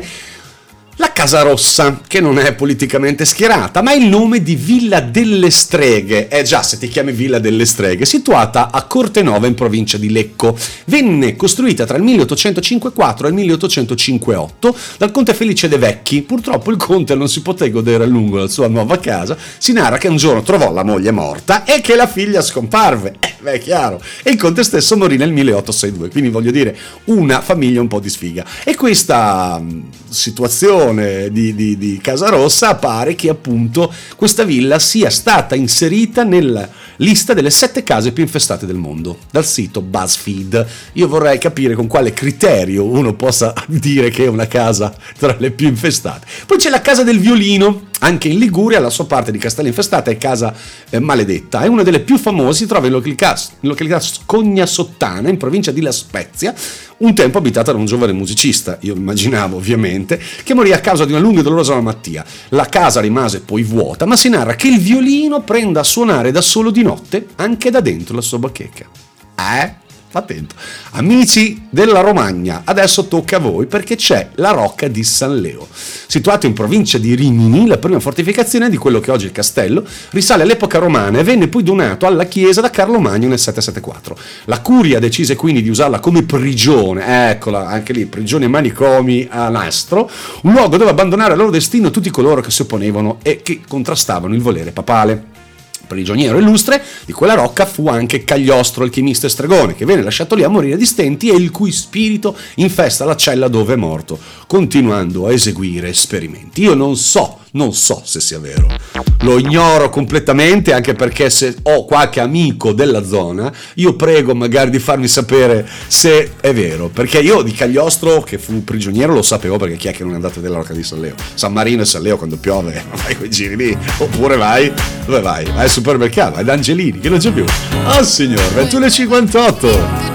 La Casa Rossa, che non è politicamente schierata, ma è il nome di Villa delle Streghe. Eh già, se ti chiami Villa delle Streghe, situata a Cortenova in provincia di Lecco. Venne costruita tra il milleottocentocinquantaquattro e il milleottocentocinquantotto dal conte Felice De Vecchi. Purtroppo il conte non si poté godere a lungo la sua nuova casa. Si narra che un giorno trovò la moglie morta e che la figlia scomparve. Eh, beh, è chiaro. E il conte stesso morì nel milleottocentosessantadue. Quindi voglio dire, una famiglia un po' di sfiga. E questa situazione Di, di, di Casa Rossa pare che appunto questa villa sia stata inserita nella lista delle sette case più infestate del mondo dal sito BuzzFeed. Io vorrei capire con quale criterio uno possa dire che è una casa tra le più infestate. Poi c'è la Casa del Violino, anche in Liguria, la sua parte di Castello infestata è Casa eh, Maledetta, è una delle più famose, si trova in località, in località Scognasottana in provincia di La Spezia, un tempo abitata da un giovane musicista, io immaginavo ovviamente, che morì a causa di una lunga e dolorosa malattia. La casa rimase poi vuota, ma si narra che il violino prenda a suonare da solo di notte anche da dentro la sua bacheca. Eh? Attento. Amici della Romagna, adesso tocca a voi perché c'è la Rocca di San Leo. Situato in provincia di Rimini, la prima fortificazione di quello che oggi è il castello risale all'epoca romana e venne poi donato alla chiesa da Carlo Magno nel settecentosettantaquattro. La curia decise quindi di usarla come prigione, eccola, anche lì, prigione manicomi a nastro, un luogo dove abbandonare al loro destino tutti coloro che si opponevano e che contrastavano il volere papale. Prigioniero illustre di quella rocca fu anche Cagliostro, il chimista e stregone, che venne lasciato lì a morire di stenti e il cui spirito infesta la cella dove è morto, continuando a eseguire esperimenti. Io non so, non so se sia vero, lo ignoro completamente, anche perché se ho qualche amico della zona, io prego magari di farmi sapere se è vero, perché io di Cagliostro, che fu prigioniero, lo sapevo, perché chi è che non è andato della Rocca di San Leo? San Marino e San Leo quando piove, vai quei giri lì, oppure vai, dove vai? Vai al supermercato, vai da Angelini, che non c'è più. Oh signor, ventuno e cinquantotto.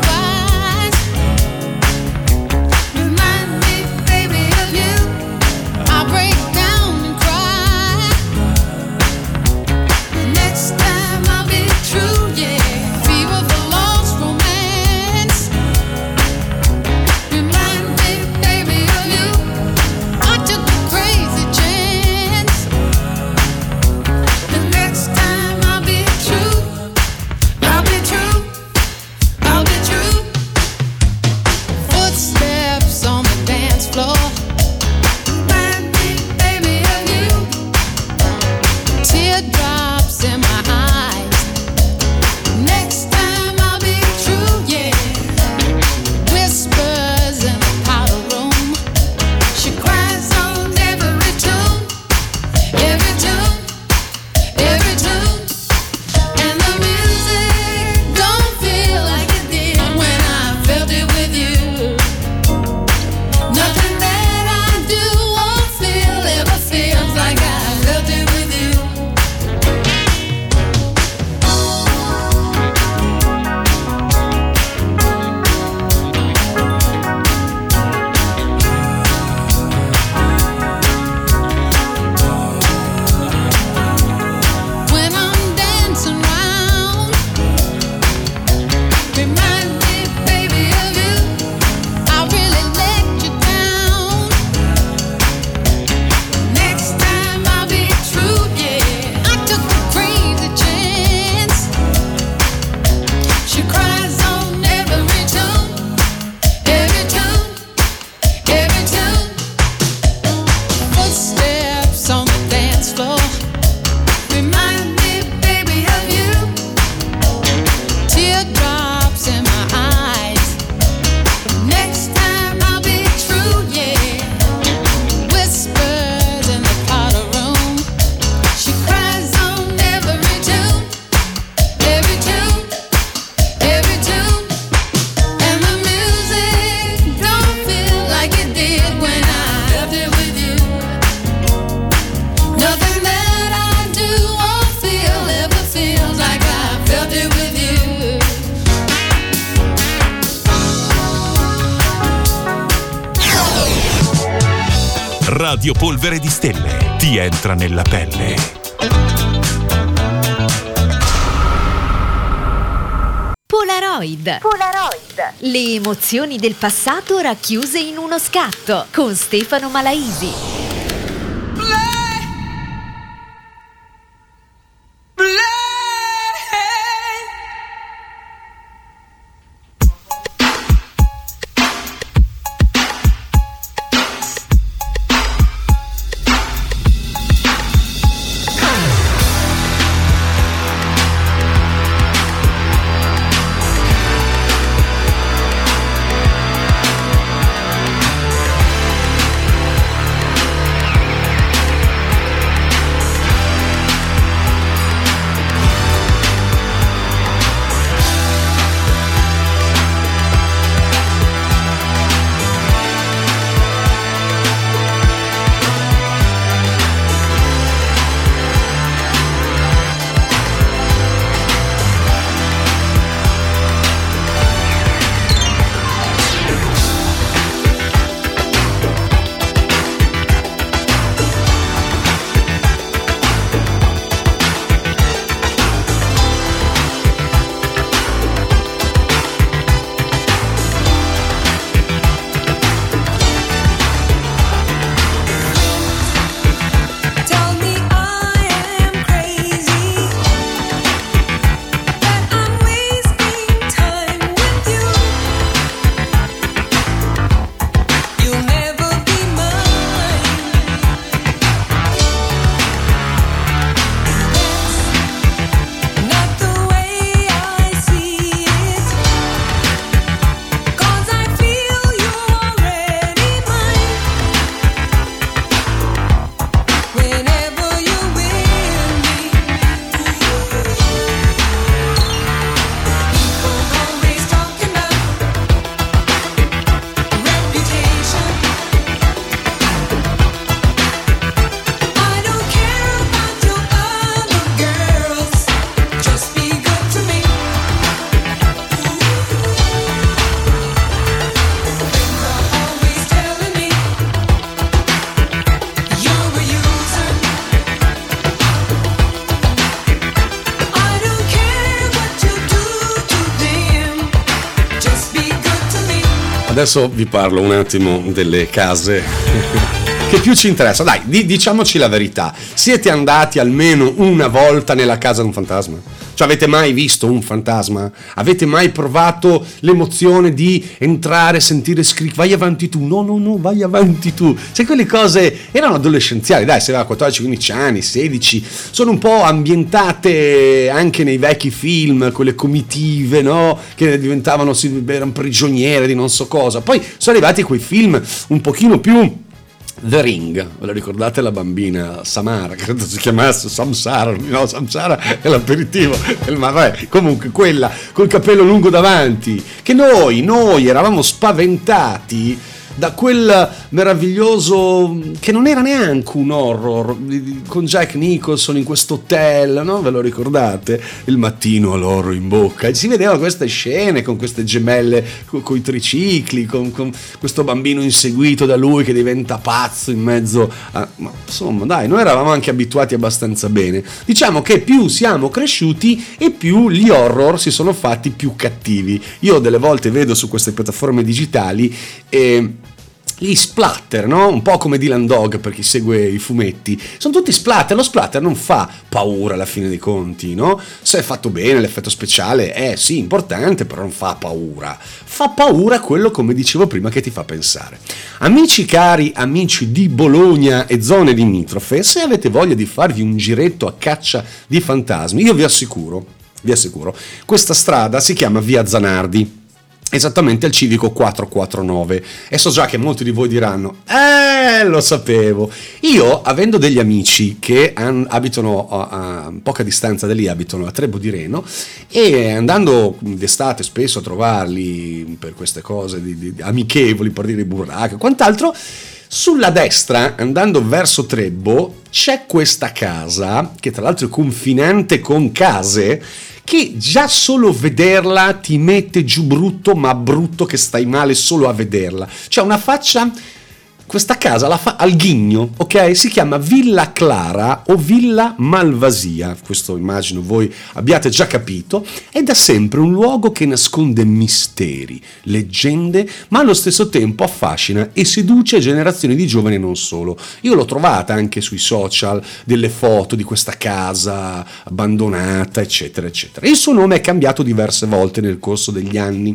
Nothing there. Radio Polvere di Stelle ti entra nella pelle. Polaroid. Polaroid. Le emozioni del passato racchiuse in uno scatto con Stefano Malaisi. Adesso vi parlo un attimo delle case che più ci interessa. Dai, di- diciamoci la verità. Siete andati almeno una volta nella casa di un fantasma? Cioè, avete mai visto un fantasma? Avete mai provato l'emozione di entrare, sentire scricchi, vai avanti tu, no no no, vai avanti tu? Cioè, quelle cose erano adolescenziali, dai, se aveva quattordici quindici anni, sedici, sono un po' ambientate anche nei vecchi film, quelle comitive, no? Che diventavano, si, erano prigioniere di non so cosa. Poi sono arrivati quei film un pochino più... The Ring, ve la ricordate la bambina Samara, credo si chiamasse Samsara, no, Samsara è l'aperitivo, ma vabbè, comunque quella col capello lungo davanti, che noi, noi eravamo spaventati da quel meraviglioso, che non era neanche un horror, con Jack Nicholson in questo hotel, no? Ve lo ricordate? Il mattino all'oro in bocca, e si vedevano queste scene con queste gemelle con i tricicli, con, con questo bambino inseguito da lui che diventa pazzo in mezzo a... Ma insomma, dai, noi eravamo anche abituati abbastanza bene. Diciamo che più siamo cresciuti e più gli horror si sono fatti più cattivi. Io delle volte vedo su queste piattaforme digitali e... gli splatter, no? Un po' come Dylan Dog per chi segue i fumetti. Sono tutti splatter, lo splatter non fa paura alla fine dei conti, no? Se è fatto bene, l'effetto speciale è sì importante, però non fa paura. Fa paura quello, come dicevo prima, che ti fa pensare. Amici cari, amici di Bologna e zone limitrofe, se avete voglia di farvi un giretto a caccia di fantasmi, io vi assicuro, vi assicuro, questa strada si chiama Via Zanardi, esattamente al civico quattrocentoquarantanove, e so già che molti di voi diranno eh lo sapevo. Io, avendo degli amici che an- abitano a, a poca distanza da lì, abitano a Trebo di Reno, e andando d'estate spesso a trovarli per queste cose di, di, di amichevoli, per dire burrache, quant'altro, sulla destra, andando verso Trebo, c'è questa casa, che tra l'altro è confinante con case, che già solo vederla ti mette giù brutto, ma brutto che stai male solo a vederla. C'è una faccia questa casa la fa al Ghigno, ok? Si chiama Villa Clara o Villa Malvasia, questo immagino voi abbiate già capito. È da sempre un luogo che nasconde misteri, leggende, ma allo stesso tempo affascina e seduce generazioni di giovani e non solo. Io l'ho trovata anche sui social, delle foto di questa casa abbandonata, eccetera, eccetera. Il suo nome è cambiato diverse volte nel corso degli anni.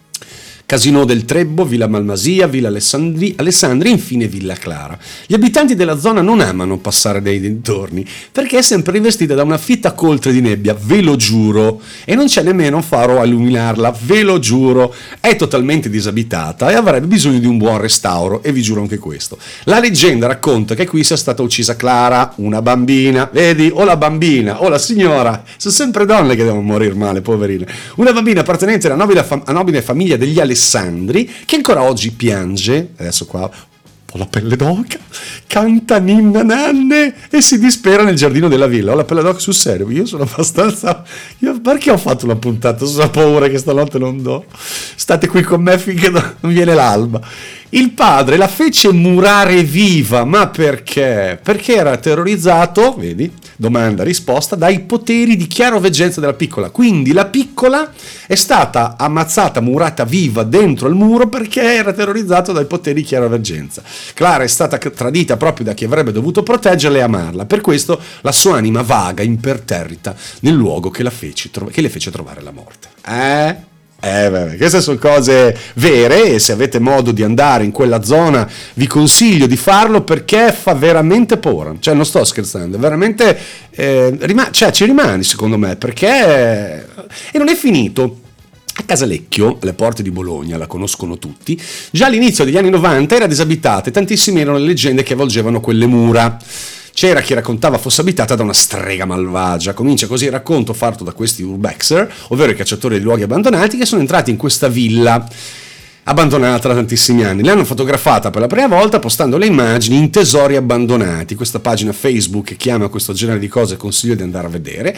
Casino del Trebbo, Villa Malvasia, Villa Alessandri, Alessandri e infine Villa Clara. Gli abitanti della zona non amano passare dai dintorni perché è sempre rivestita da una fitta coltre di nebbia, ve lo giuro, e non c'è nemmeno un faro a illuminarla, ve lo giuro. È totalmente disabitata e avrebbe bisogno di un buon restauro, e vi giuro anche questo. La leggenda racconta che qui sia stata uccisa Clara, una bambina, vedi, o la bambina o la signora, sono sempre donne che devono morire male, poverine. Una bambina appartenente alla nobile, fam- nobile famiglia degli Alessandri, che ancora oggi piange, adesso qua ho la pelle d'oca, canta ninna nanne e si dispera nel giardino della villa. Ho la pelle d'oca sul serio, io sono abbastanza... Io perché ho fatto una puntata sulla paura che stanotte non do? State qui con me finché non viene l'alba. Il padre la fece murare viva, ma perché? Perché era terrorizzato, vedi, domanda risposta, dai poteri di chiaroveggenza della piccola. Quindi la piccola è stata ammazzata, murata viva dentro il muro perché era terrorizzato dai poteri di chiaroveggenza. Clara è stata tradita proprio da chi avrebbe dovuto proteggerla e amarla, per questo la sua anima vaga, imperterrita, nel luogo che, la fece, che le fece trovare la morte. Eh? Eh, beh, queste sono cose vere, e se avete modo di andare in quella zona vi consiglio di farlo perché fa veramente paura. Cioè, non sto scherzando, veramente eh, rima- cioè, ci rimani secondo me, perché e non è finito. A Casalecchio, alle porte di Bologna, la conoscono tutti, già all'inizio degli anni novanta era disabitata e tantissime erano le leggende che avvolgevano quelle mura. C'era chi raccontava fosse abitata da una strega malvagia. Comincia così il racconto fatto da questi urbexer, ovvero i cacciatori di luoghi abbandonati, che sono entrati in questa villa abbandonata da tantissimi anni. L'hanno fotografata per la prima volta postando le immagini in Tesori abbandonati, questa pagina Facebook che chiama questo genere di cose, consiglio di andare a vedere.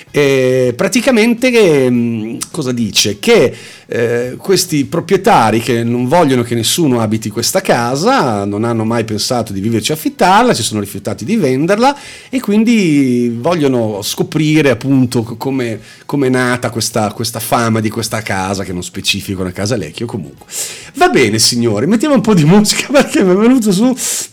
E praticamente che, cosa dice? Che eh, questi proprietari che non vogliono che nessuno abiti questa casa, non hanno mai pensato di viverci a affittarla, si sono rifiutati di venderla e quindi vogliono scoprire appunto come è nata questa, questa fama di questa casa, che non specifico una Casalecchio comunque. Va bene signori, mettiamo un po' di musica perché mi è venuto su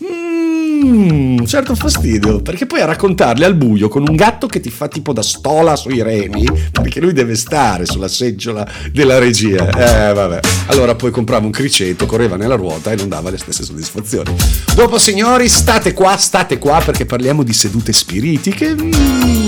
mm, un certo fastidio, perché poi a raccontarle al buio con un gatto che ti fa tipo da stola sui reni, perché lui deve stare sulla seggiola della regia, eh vabbè, allora poi comprava un criceto, correva nella ruota e non dava le stesse soddisfazioni. Dopo signori, state qua, state qua perché parliamo di sedute spiritiche. mm.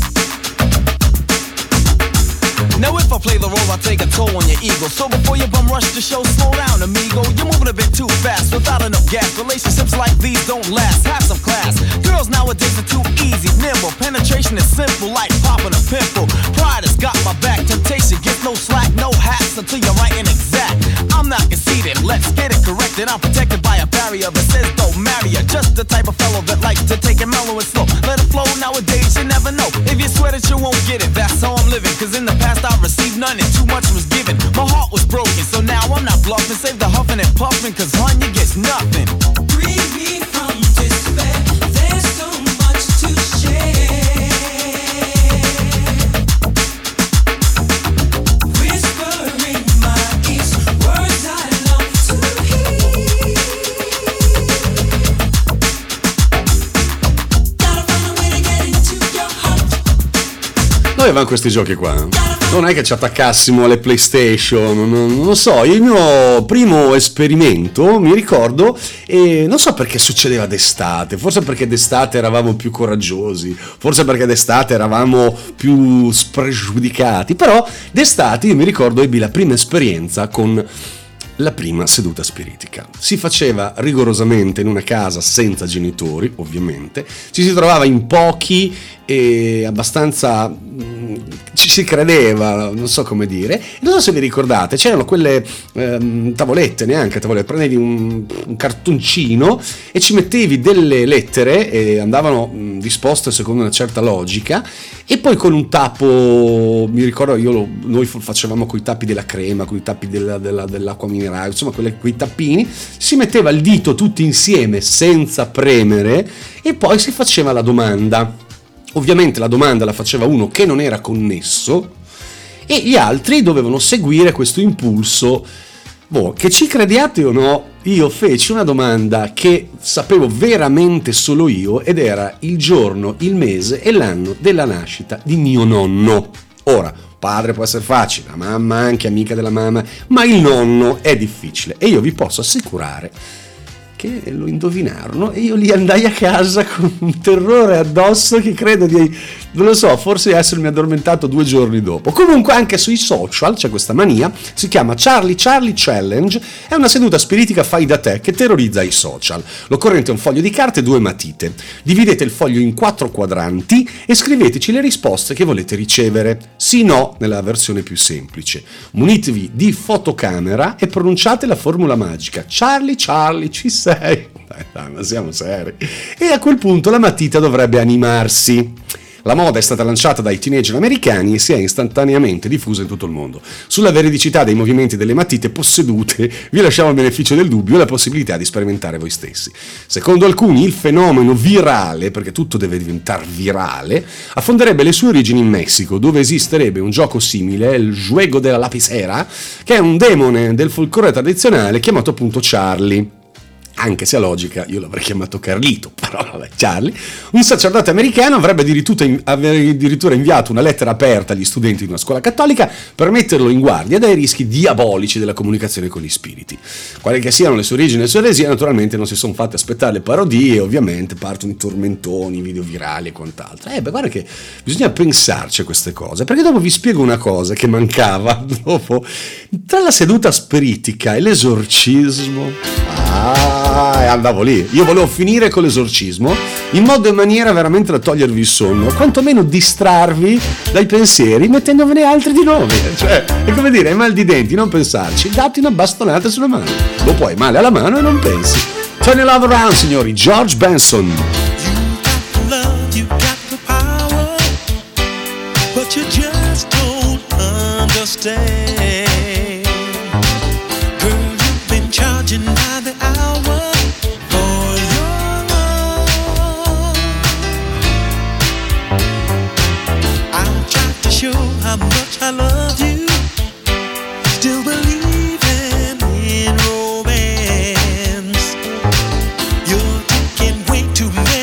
play the role, I take a toll on your ego. So before you bum rush the show, slow down, amigo. You're moving a bit too fast without enough gas. Relationships like these don't last. Have some class. Girls nowadays are too easy, nimble. Penetration is simple, like popping a pimple. Pride has got my back. Temptation gets no slack, no hats until you're right and exact. I'm not conceited, let's get it corrected. I'm protected by a barrier that says don't marry her. Just the type of fellow that likes to take it mellow and slow. Let it flow, nowadays you never know. If you swear that you won't get it, that's how I'm living. Cause in the past I received none and too much was given. My heart was broken, so now I'm not bluffing. Save the huffing and puffing, cause hun, you get nothing. Free me from despair, there's so much to share. Noi avevamo questi giochi qua, non è che ci attaccassimo alle PlayStation, non, non lo so. Il mio primo esperimento, mi ricordo, e non so perché succedeva d'estate, forse perché d'estate eravamo più coraggiosi, forse perché d'estate eravamo più spregiudicati, però d'estate io mi ricordo ebbi la prima esperienza con la prima seduta spiritica. Si faceva rigorosamente in una casa senza genitori, ovviamente, ci si trovava in pochi e abbastanza mh, ci si credeva, non so come dire. Non so se vi ricordate, c'erano quelle ehm, tavolette, neanche tavolette, prendevi un, un cartoncino e ci mettevi delle lettere e andavano mh, disposte secondo una certa logica, e poi con un tappo, mi ricordo io lo, noi facevamo coi tappi della crema, coi tappi della, della, dell'acqua minerale, insomma quelle, quei tappini, si metteva il dito tutti insieme senza premere e poi si faceva la domanda. Ovviamente la domanda la faceva uno che non era connesso e gli altri dovevano seguire questo impulso. Boh, che ci crediate o no, io feci una domanda che sapevo veramente solo io ed era il giorno, il mese e l'anno della nascita di mio nonno. Ora, padre può essere facile, la mamma anche, amica della mamma, ma il nonno è difficile e io vi posso assicurare che lo indovinarono e io lì andai a casa con un terrore addosso che credo di, non lo so, forse essermi addormentato due giorni dopo. Comunque anche sui social c'è questa mania, si chiama Charlie Charlie Challenge, è una seduta spiritica fai da te che terrorizza i social. L'occorrente è un foglio di carte e due matite. Dividete il foglio in quattro quadranti e scriveteci le risposte che volete ricevere. Sì, no, nella versione più semplice. Munitevi di fotocamera e pronunciate la formula magica. Charlie Charlie ci sei. Dai, dai, ma siamo seri. E a quel punto la matita dovrebbe animarsi. La moda è stata lanciata dai teenager americani e si è istantaneamente diffusa in tutto il mondo. Sulla veridicità dei movimenti delle matite possedute vi lasciamo il beneficio del dubbio e la possibilità di sperimentare voi stessi. Secondo alcuni il fenomeno virale, perché tutto deve diventare virale, affonderebbe le sue origini in Messico, dove esisterebbe un gioco simile, il Juego de la Lapicera, che è un demone del folklore tradizionale chiamato appunto Charlie. Anche se a logica io l'avrei chiamato Carlito, però vabbè, Charlie. Un sacerdote americano avrebbe addirittura, addirittura inviato una lettera aperta agli studenti di una scuola cattolica per metterlo in guardia dai rischi diabolici della comunicazione con gli spiriti. Quali che siano le sue origini e le sue eresie, naturalmente non si sono fatte aspettare le parodie, ovviamente partono i tormentoni, video virali e quant'altro. Eh beh, guarda che bisogna pensarci a queste cose, perché dopo vi spiego una cosa che mancava dopo. Tra la seduta spiritica e l'esorcismo, ah, e andavo lì. Io volevo finire con l'esorcismo in modo e maniera veramente da togliervi il sonno, o quantomeno distrarvi dai pensieri mettendovene altri di nuovi. Cioè, è come dire, hai mal di denti, non pensarci, datti una bastonata sulla mano. Dopo hai male alla mano e non pensi. Turn your love around, signori, George Benson. You got the love, you got the power, but you just don't understand. Girl, you've been charging by the hour for your love. I'll try to show how much I love you, still believing in romance. You're taking way too many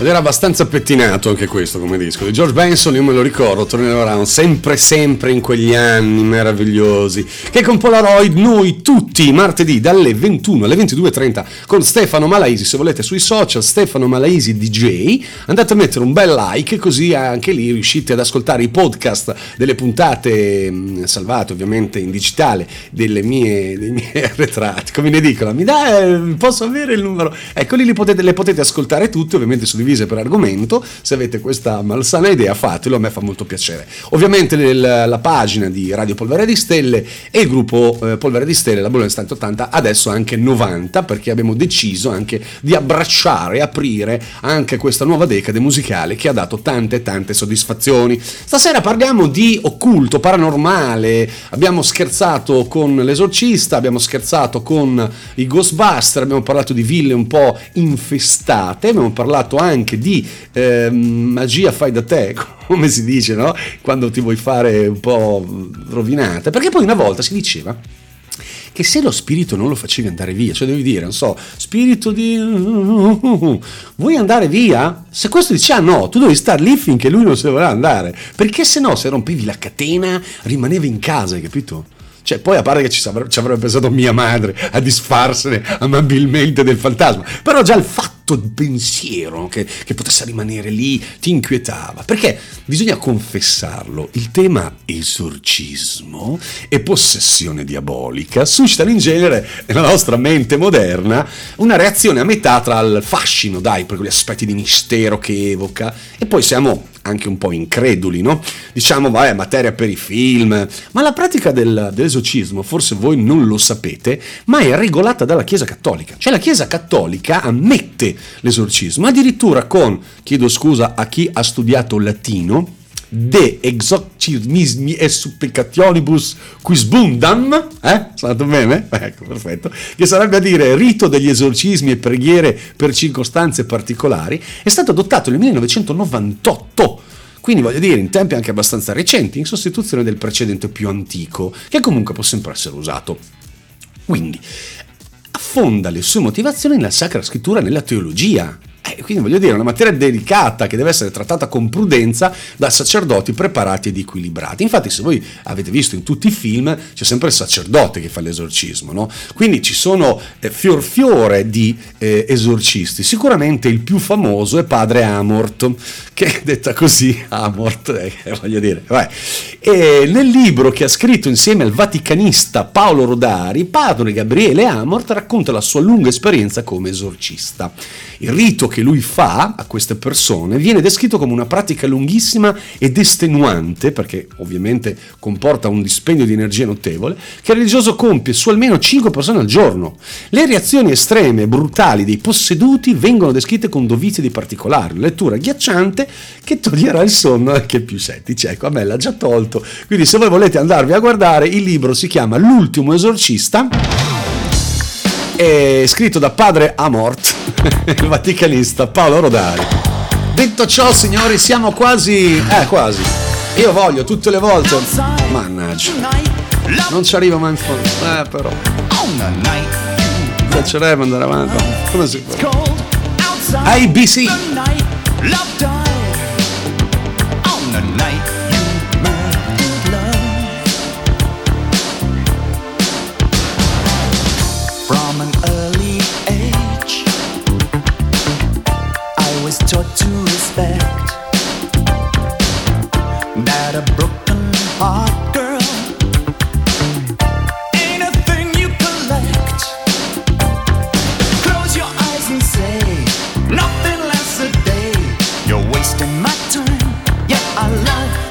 Ed era abbastanza pettinato anche questo come disco. Di George Benson io me lo ricordo, Turning Around, sempre sempre in quegli anni meravigliosi. Che con Polaroid noi tutti martedì dalle ventuno alle ventidue e trenta con Stefano Malaisi, se volete sui social, Stefano Malaisi D J, andate a mettere un bel like, così anche lì riuscite ad ascoltare i podcast delle puntate mh, salvate ovviamente in digitale delle mie, dei miei arretrati. Come ne dicono? Mi dai, posso avere il numero? Ecco, lì li potete, le potete ascoltare tutte, ovviamente suddivise per argomento. Se avete questa malsana idea fatelo, a me fa molto piacere. Ovviamente nel, la pagina di Radio Polvere di Stelle e il gruppo eh, Polvere di Stelle, la Bolla Stante ottanta, adesso anche novanta, perché abbiamo deciso anche di abbracciare e aprire anche questa nuova decade musicale che ha dato tante tante soddisfazioni. Stasera parliamo di occulto, paranormale, abbiamo scherzato con l'esorcista, abbiamo scherzato con i Ghostbuster, abbiamo parlato di ville un po' infestate, abbiamo parlato anche di eh, magia fai da te, come si dice, no? Quando ti vuoi fare un po' rovinata, perché poi una volta si diceva che se lo spirito non lo facevi andare via, cioè devi dire, non so, spirito di vuoi andare via? Se questo dice ah no, tu devi star lì finché lui non se ne vorrà andare, perché se no se rompevi la catena rimaneva in casa, hai capito? Cioè, poi a parte che ci avrebbe, ci avrebbe pensato mia madre a disfarsene amabilmente del fantasma, però già il fatto, il pensiero che, che potesse rimanere lì ti inquietava, perché bisogna confessarlo, il tema esorcismo e possessione diabolica suscitano in genere nella nostra mente moderna una reazione a metà tra il fascino, dai, per quegli aspetti di mistero che evoca, e poi siamo anche un po' increduli, no? Diciamo, vabbè, materia per i film, ma la pratica del, dell'esorcismo, forse voi non lo sapete, ma è regolata dalla Chiesa Cattolica. Cioè la Chiesa Cattolica ammette l'esorcismo, addirittura con, chiedo scusa a chi ha studiato latino, de exorcismi e supplicationibus quisbundam, eh? Sono andato bene? Ecco, perfetto. Che sarebbe a dire rito degli esorcismi e preghiere per circostanze particolari, è stato adottato nel millenovecentonovantotto. Quindi voglio dire, in tempi anche abbastanza recenti, in sostituzione del precedente più antico, che comunque può sempre essere usato. Quindi affonda le sue motivazioni nella Sacra Scrittura e nella teologia. Eh, quindi voglio dire, è una materia delicata che deve essere trattata con prudenza da sacerdoti preparati ed equilibrati. Infatti, se voi avete visto in tutti i film, c'è sempre il sacerdote che fa l'esorcismo, no? Quindi ci sono eh, fior fiore di eh, esorcisti. Sicuramente il più famoso è padre Amort, che detta così, Amort, eh, voglio dire, vabbè. E nel libro che ha scritto insieme al vaticanista Paolo Rodari, padre Gabriele Amort racconta la sua lunga esperienza come esorcista. Il rito che lui fa a queste persone viene descritto come una pratica lunghissima ed estenuante, perché ovviamente comporta un dispendio di energia notevole, che il religioso compie su almeno cinque persone al giorno. Le reazioni estreme e brutali dei posseduti vengono descritte con dovizia di particolari, una lettura agghiacciante che toglierà il sonno anche ai più scettici. Ecco, a me l'ha già tolto, quindi se voi volete andarvi a guardare, il libro si chiama L'ultimo esorcista, è scritto da padre Amort, il vaticanista Paolo Rodari. Detto ciò, signori, siamo quasi, eh quasi, io voglio tutte le volte, mannaggia, non ci arrivo mai in fondo, eh però, mi piacerebbe andare avanti, come si può? A B C taught to respect that a broken heart girl ain't a thing you collect. Close your eyes and say nothing lasts a day. You're wasting my time, yeah I love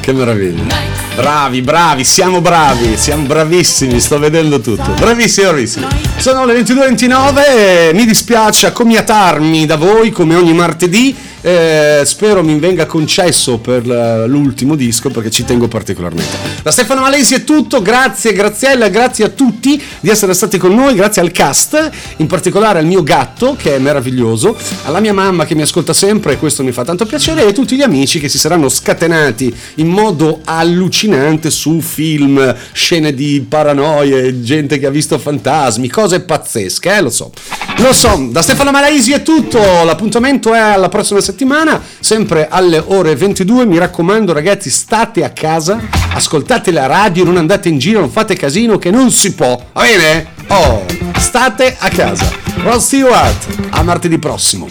che meraviglia. Bravi, bravi, siamo bravi, siamo bravissimi, sto vedendo tutto. Bravissimi, bravissimi. Sono le ventidue e ventinove, mi dispiace accomiatarmi da voi come ogni martedì. Eh, spero mi venga concesso per l'ultimo disco perché ci tengo particolarmente. Da Stefano Malesi è tutto, grazie Graziella, grazie a tutti di essere stati con noi, grazie al cast, in particolare al mio gatto che è meraviglioso, alla mia mamma che mi ascolta sempre e questo mi fa tanto piacere, e a tutti gli amici che si saranno scatenati in modo allucinante su film, scene di paranoie, gente che ha visto fantasmi, cose pazzesche, eh, lo so. Lo so, da Stefano Malesi è tutto, l'appuntamento è alla prossima settimana, sempre alle ore ventidue, mi raccomando ragazzi, state a casa, ascoltate la radio, non andate in giro, non fate casino che non si può, va bene? Oh, state a casa. Rod Stewart, a martedì prossimo.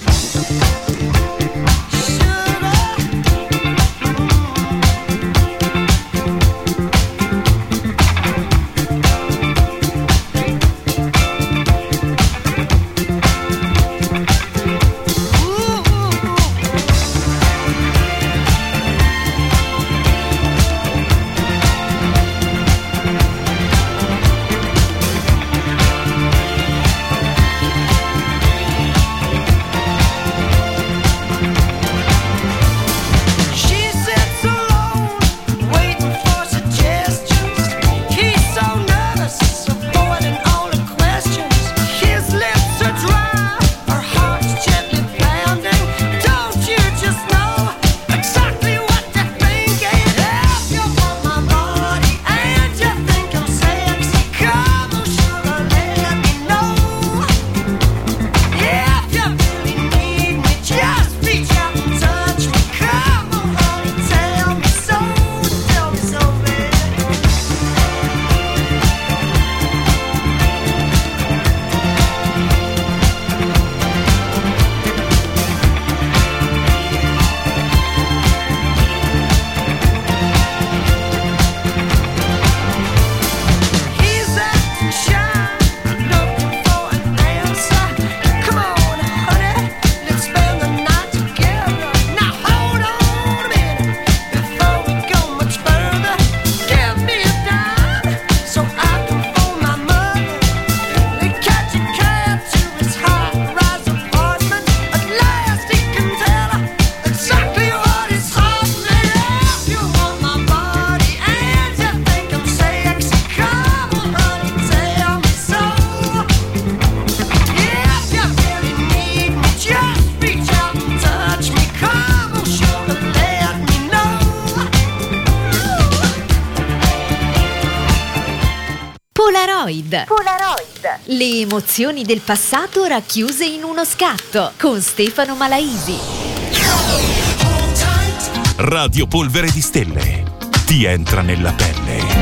Polaroid. Polaroid. Le emozioni del passato racchiuse in uno scatto con Stefano Malaisi. Radio Polvere di Stelle. Ti entra nella pelle.